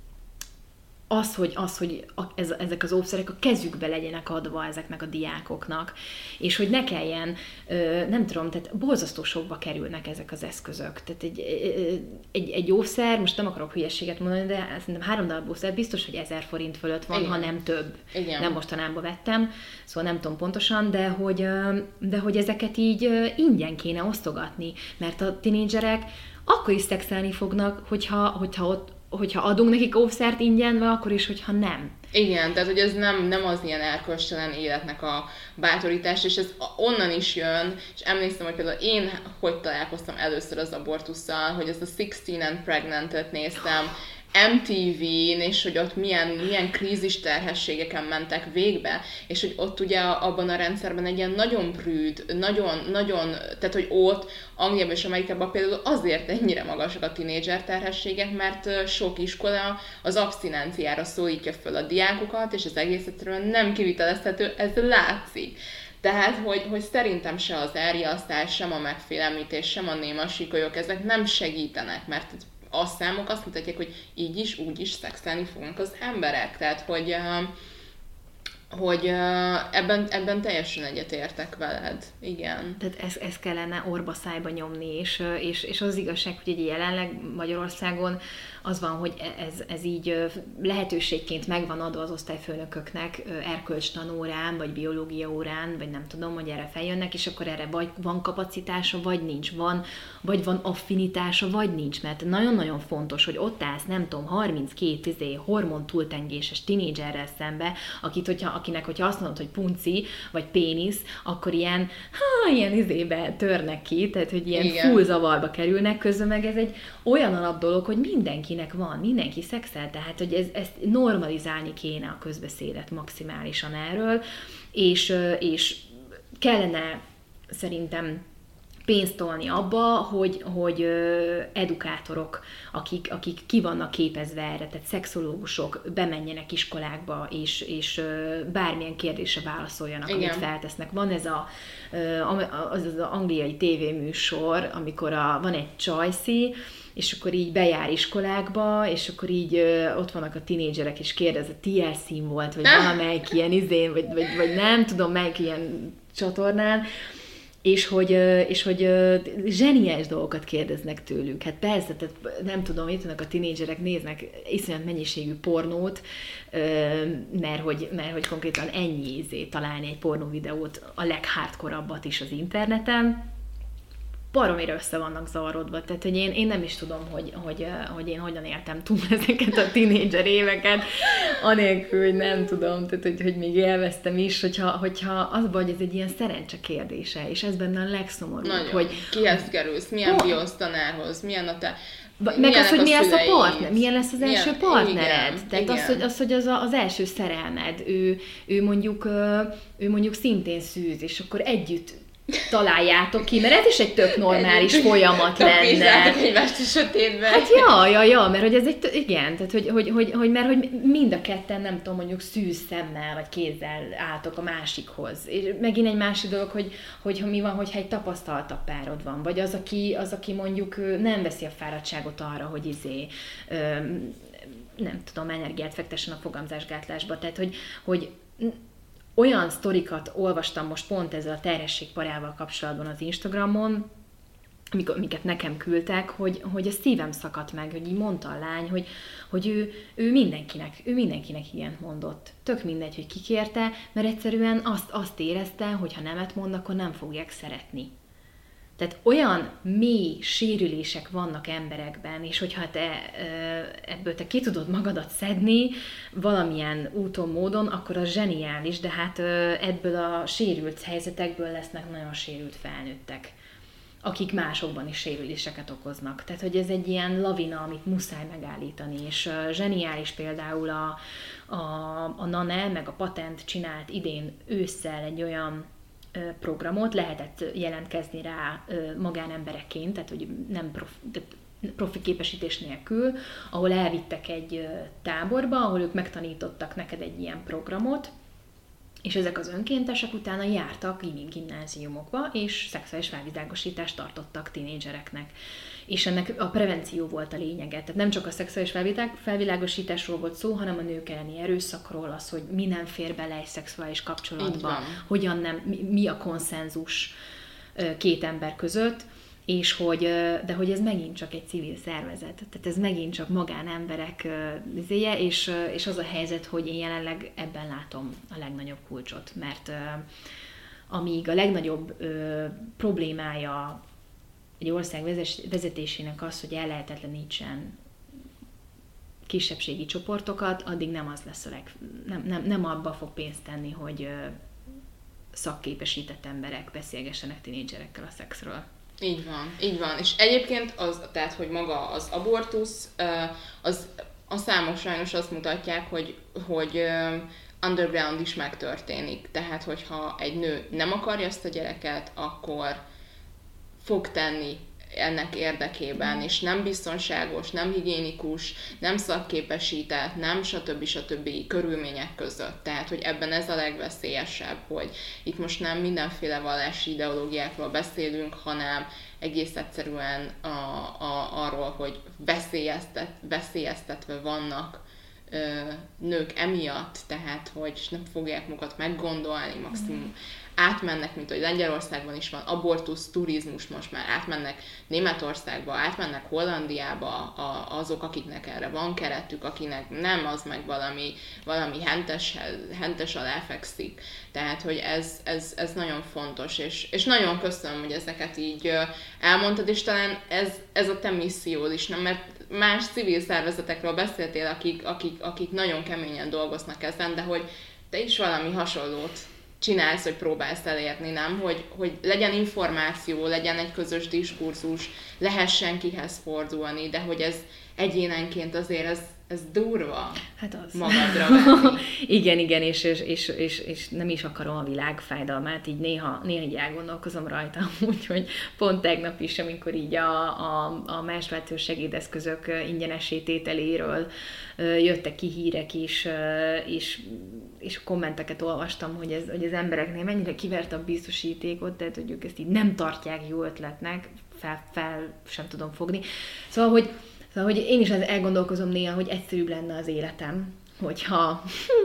az, hogy, az, hogy ez, ezek az óvszerek a kezükbe legyenek adva ezeknek a diákoknak, és hogy ne kelljen, nem tudom, tehát borzasztó sokba kerülnek ezek az eszközök. Tehát egy, egy, egy óvszer, most nem akarok hülyeséget mondani, de szerintem három darab óvszer biztos, hogy ezer forint fölött van, Igen. ha nem több. Igen. Nem mostanában vettem, szóval nem tudom pontosan, de hogy, de hogy ezeket így ingyen kéne osztogatni, mert a tinédzserek akkor is szexelni fognak, hogyha, hogyha ott hogyha adunk nekik óvszert ingyen, vagy akkor is, hogyha nem. Igen, tehát hogy ez nem, nem az ilyen erkölcstelen életnek a bátorítás, és ez onnan is jön, és emlékszem, hogy például én hogy találkoztam először az abortusszal, hogy ezt a Sixteen and Pregnant-et néztem em té vén, és hogy ott milyen, milyen krízis terhességeken mentek végbe, és hogy ott ugye abban a rendszerben egy ilyen nagyon prűd, nagyon, nagyon, tehát hogy ott Angliában és Amerikában például azért ennyire magasak a tinédzser terhességek, mert sok iskola az abszinenciára szólítja föl a diákokat, és az egész egyszerűen nem kivitelezhető, ez látszik. Tehát, hogy, hogy szerintem se az elriasztás, sem a megfélemlítés, sem a néma sikolyok, ezek nem segítenek, mert a számok azt mutatják, hogy így is, úgy is szexelni fognak az emberek. Tehát, hogy, hogy ebben, ebben teljesen egyetértek veled. Igen. Tehát ez, ez kellene orba szájba nyomni, és, és, és az igazság, hogy egy jelenleg Magyarországon az van, hogy ez, ez így lehetőségként megvan adva az osztályfőnököknek erkölcstanórán, vagy biológia órán, vagy nem tudom, hogy erre feljönnek, és akkor erre vagy van kapacitása, vagy nincs, van, vagy van affinitása, vagy nincs, mert nagyon-nagyon fontos, hogy ott állsz, nem tudom, harminckét izé, hormon túltengéses tinédzserrel szembe, akit, hogyha, akinek, hogyha azt mondod, hogy punci, vagy pénisz, akkor ilyen, ha, ilyen izébe törnek ki, tehát, hogy ilyen Igen. full zavarba kerülnek, közben meg ez egy olyan alap dolog, hogy mindenkinek van, mindenki szexel, tehát, hogy ez, ezt normalizálni kéne a közbeszédet maximálisan erről, és, és kellene szerintem pénzt tolni abba, hogy, hogy edukátorok, akik, akik ki vannak képezve erre, tehát szexológusok bemenjenek iskolákba, és, és bármilyen kérdésre válaszoljanak, Igen. amit feltesznek. Van ez a, az, az angliai tévéműsor, amikor a, van egy csajszi, és akkor így bejár iskolákba, és akkor így ö, ott vannak a tinédzserek, és kérdez, a té el cé volt, vagy valamelyik ilyen izén, vagy, vagy, vagy nem tudom, melyik ilyen csatornán, és hogy, és hogy zseniális dolgokat kérdeznek tőlük. Hát persze, tehát nem tudom, itt vannak a tinédzserek, néznek iszonyat mennyiségű pornót, mert hogy, mert hogy konkrétan ennyi ízé találni egy pornóvideót, a leghardkorabbat is az interneten, baromira össze vannak zavarodva, tehát hogy én, én nem is tudom, hogy, hogy, hogy én hogyan éltem túl ezeket a tinédzser éveket, anélkül, hogy nem tudom, tehát hogy, hogy még élveztem is, hogyha, hogyha az baj, hogy ez egy ilyen szerencse kérdése, és ez benne a legszomorúbb, hogy... Kihez kerülsz, milyen oh. biosztanárhoz, milyen a te... Meg az, hogy mi lesz a partner, milyen lesz az első milyen, partnered. Igen, Tehát igen. az, hogy, az, hogy az, a, az első szerelmed, ő, ő, mondjuk, ő mondjuk szintén szűz, és akkor együtt találjátok ki, mert ez is egy tök normális folyamat lenne. egymást a sötétben. Hát ja, ja, ja, mert hogy ez egy, igen, tehát hogy, hogy, hogy, hogy, mert hogy mind a ketten, nem tudom, mondjuk szűz szemmel vagy kézzel álltok a másikhoz. És megint egy másik dolog, hogy, hogy mi van, hogyha egy tapasztaltabb párod van, vagy az, aki, az, aki mondjuk nem veszi a fáradtságot arra, hogy izé, nem tudom, energiát fektessen a fogamzásgátlásba, tehát hogy, hogy olyan sztorikat olvastam most pont ezzel a terhességparával kapcsolatban az Instagramon, amikor, amiket nekem küldtek, hogy, hogy a szívem szakadt meg, hogy így mondta a lány, hogy, hogy ő, ő, mindenkinek, ő mindenkinek ilyent mondott. Tök mindegy, hogy ki kérte, mert egyszerűen azt, azt érezte, hogy ha nemet mond, akkor nem fogják szeretni. Tehát olyan mély sérülések vannak emberekben, és hogyha te ebből te ki tudod magadat szedni valamilyen úton, módon, akkor az zseniális, de hát ebből a sérült helyzetekből lesznek nagyon sérült felnőttek, akik másokban is sérüléseket okoznak. Tehát, hogy ez egy ilyen lavina, amit muszáj megállítani, és zseniális például a, a, a NANE, meg a Patent csinált idén ősszel egy olyan programot, lehetett jelentkezni rá magánemberekként, tehát hogy nem profi, profi képesítés nélkül, ahol elvittek egy táborba, ahol ők megtanítottak neked egy ilyen programot, és ezek az önkéntesek utána jártak gimnáziumokba, és szexuális felvilágosítást tartottak tínédzsereknek. És ennek a prevenció volt a lényege. Tehát nem csak a szexuális felvilágosításról volt szó, hanem a nők elleni erőszakról, az, hogy mi nem fér bele egy szexuális kapcsolatba, hogyan nem, mi a konszenzus két ember között, és hogy, de hogy ez megint csak egy civil szervezet, tehát ez megint csak magánemberek izéje, és, és az a helyzet, hogy én jelenleg ebben látom a legnagyobb kulcsot, mert amíg a legnagyobb problémája egy ország vezetésének az, hogy ellehetetlenítsen kisebbségi csoportokat, addig nem az lesz a leg, nem, nem, nem abba fog pénzt tenni, hogy szakképesített emberek beszélgessenek tínédzserekkel a szexről. Így van, így van. És egyébként az, tehát, hogy maga az abortusz, az, a számok sajnos azt mutatják, hogy, hogy underground is megtörténik. Tehát, hogyha egy nő nem akarja ezt a gyereket, akkor fog tenni ennek érdekében, és nem biztonságos, nem higiénikus, nem szakképesített, nem stb. stb. Körülmények között. Tehát, hogy ebben ez a legveszélyesebb, hogy itt most nem mindenféle vallási ideológiákról beszélünk, hanem egész egyszerűen a, a, arról, hogy veszélyeztet, veszélyeztetve vannak ö, nők emiatt, tehát, hogy nem fogják magukat meggondolni, maximum átmennek, mint hogy Lengyelországban is van abortusz, turizmus, most már átmennek Németországba, átmennek Hollandiába a, azok, akiknek erre van keretük, akinek nem, az meg valami, valami hentes, hentes alá fekszik. Tehát, hogy ez, ez, ez nagyon fontos, és, és nagyon köszönöm, hogy ezeket így elmondtad, és talán ez, ez a te missziód is, nem? Mert más civil szervezetekről beszéltél, akik, akik, akik nagyon keményen dolgoznak ezen, de hogy te is valami hasonlót csinálsz, hogy próbálsz elérni, nem? Hogy, hogy legyen információ, legyen egy közös diskurzus, lehessen kihez fordulni, de hogy ez egyénenként azért ez, ez durva. Hát az. Magadra venni. Igen, igen, és, és, és, és, és nem is akarom a világ fájdalmát, így néha, néha így elgondolkozom rajta, úgyhogy pont tegnap is, amikor így a, a, a menstruáció segédeszközök ingyenes tételéről jöttek ki hírek is, és, és kommenteket olvastam, hogy, ez, hogy az embereknél mennyire kivert a biztosítékot, tehát hogy ők ezt így nem tartják jó ötletnek, fel, fel sem tudom fogni. Szóval, hogy Szóval, hogy én is elgondolkozom néha, hogy egyszerűbb lenne az életem, hogyha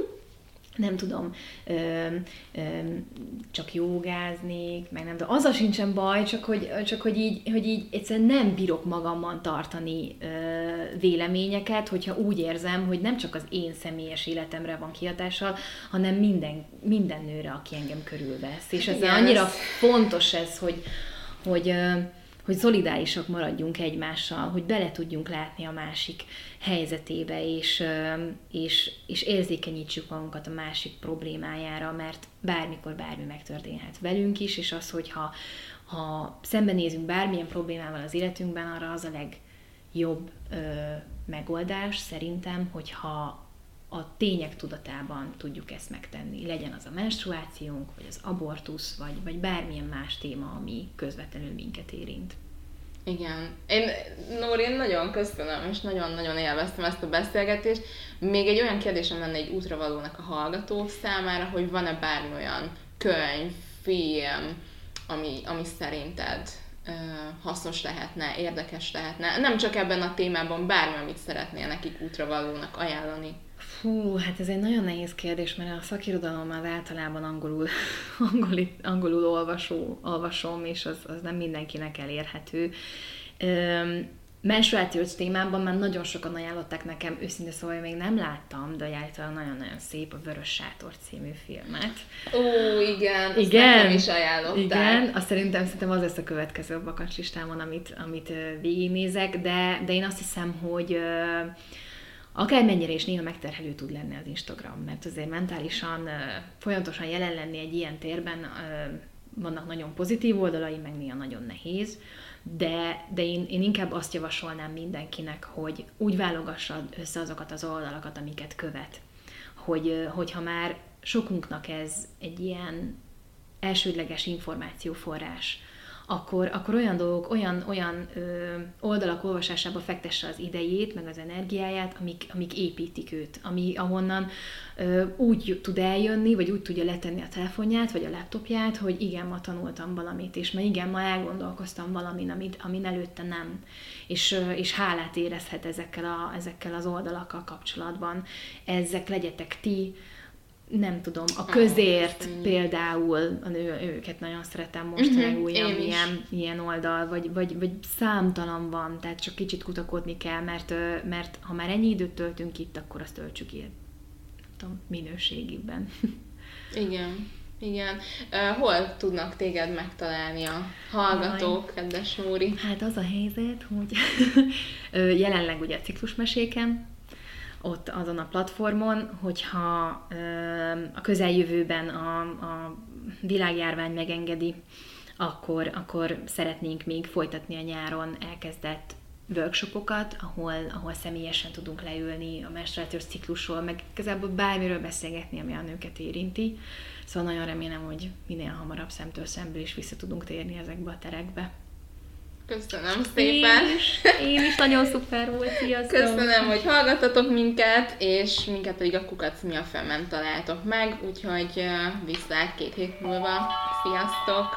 nem tudom, ö, ö, csak jogáznék, meg nem tudom, azzal sincsen baj, csak hogy, csak hogy, így, hogy így egyszerűen nem bírok magamban tartani ö, véleményeket, hogyha úgy érzem, hogy nem csak az én személyes életemre van kihatással, hanem minden, minden nőre, aki engem körülvesz. És ez annyira fontos ez, hogy, hogy ö, hogy szolidárisak maradjunk egymással, hogy bele tudjunk látni a másik helyzetébe, és, és, és érzékenyítsük magunkat a másik problémájára, mert bármikor bármi megtörténhet velünk is, és az, hogyha ha szembenézünk bármilyen problémával az életünkben, arra az a legjobb ö, megoldás szerintem, hogyha a tények tudatában tudjuk ezt megtenni. Legyen az a menstruációnk, vagy az abortusz, vagy, vagy bármilyen más téma, ami közvetlenül minket érint. Igen. Én, Nóri, én nagyon köszönöm, és nagyon-nagyon élveztem ezt a beszélgetést. Még egy olyan kérdésem lenne egy útravalónak a hallgatók számára, hogy van-e bármi olyan könyv, film, ami, ami szerinted uh, hasznos lehetne, érdekes lehetne. Nem csak ebben a témában, bármi, amit szeretnél nekik útravalónak ajánlani. Fú, hát ez egy nagyon nehéz kérdés, mert a szakirodalom az általában angolul, angol, angolul olvasó, olvasom, és az, az nem mindenkinek elérhető. Üm, menstruációs témában már nagyon sokan ajánlották nekem, őszintén szóval még nem láttam, de általában nagyon-nagyon szép a Vörös Sátor című filmet. Ó, igen, azt igen, nekem is ajánlották. Igen, azt szerintem, szerintem az lesz a következő bakancslistámon, amit, amit végignézek, de, de én azt hiszem, hogy akármennyire is néha megterhelő tud lenni az Instagram, mert azért mentálisan uh, folyamatosan jelen lenni egy ilyen térben uh, vannak nagyon pozitív oldalai, meg néha nagyon nehéz, de, de én, én inkább azt javasolnám mindenkinek, hogy úgy válogassa össze azokat az oldalakat, amiket követ, hogy, uh, hogyha már sokunknak ez egy ilyen elsődleges információforrás, Akkor, akkor olyan dolgok, olyan, olyan ö, oldalak olvasásába fektesse az idejét, meg az energiáját, amik, amik építik őt, ami, ahonnan ö, úgy tud eljönni, vagy úgy tudja letenni a telefonját, vagy a laptopját, hogy igen, ma tanultam valamit, és ma igen, ma elgondolkoztam valamin, amit, amin előtte nem. És, ö, és hálát érezhet ezekkel, a, ezekkel az oldalakkal kapcsolatban. Ezek legyetek ti, nem tudom, a Közért oh, például, ő, őket nagyon szeretem mostanáig, uh-huh, újabb ilyen, ilyen oldal, vagy, vagy, vagy számtalan van, tehát csak kicsit kutakodni kell, mert, mert ha már ennyi időt töltünk itt, akkor azt töltsük ilyen, nem tudom, minőségében. Igen, igen. Uh, hol tudnak téged megtalálni a hallgatók, Jaj. kedves Nóri? Hát az a helyzet, hogy jelenleg ugye a ciklusmeséken, ott azon a platformon, hogyha ö, a közeljövőben a, a világjárvány megengedi, akkor, akkor szeretnénk még folytatni a nyáron elkezdett workshopokat, ahol, ahol személyesen tudunk leülni a menstruációs ciklusról, meg igazából bármiről beszélgetni, ami a nőket érinti. Szóval nagyon remélem, hogy minél hamarabb szemtől szemből is vissza tudunk térni ezekbe a terekbe. Köszönöm szépen! Én is, én is nagyon szuper volt, sziasztok! Köszönöm, hogy hallgattatok minket, és minket pedig a Kukac Mi a Fenn találtok meg, úgyhogy viszlát két hét múlva. Sziasztok!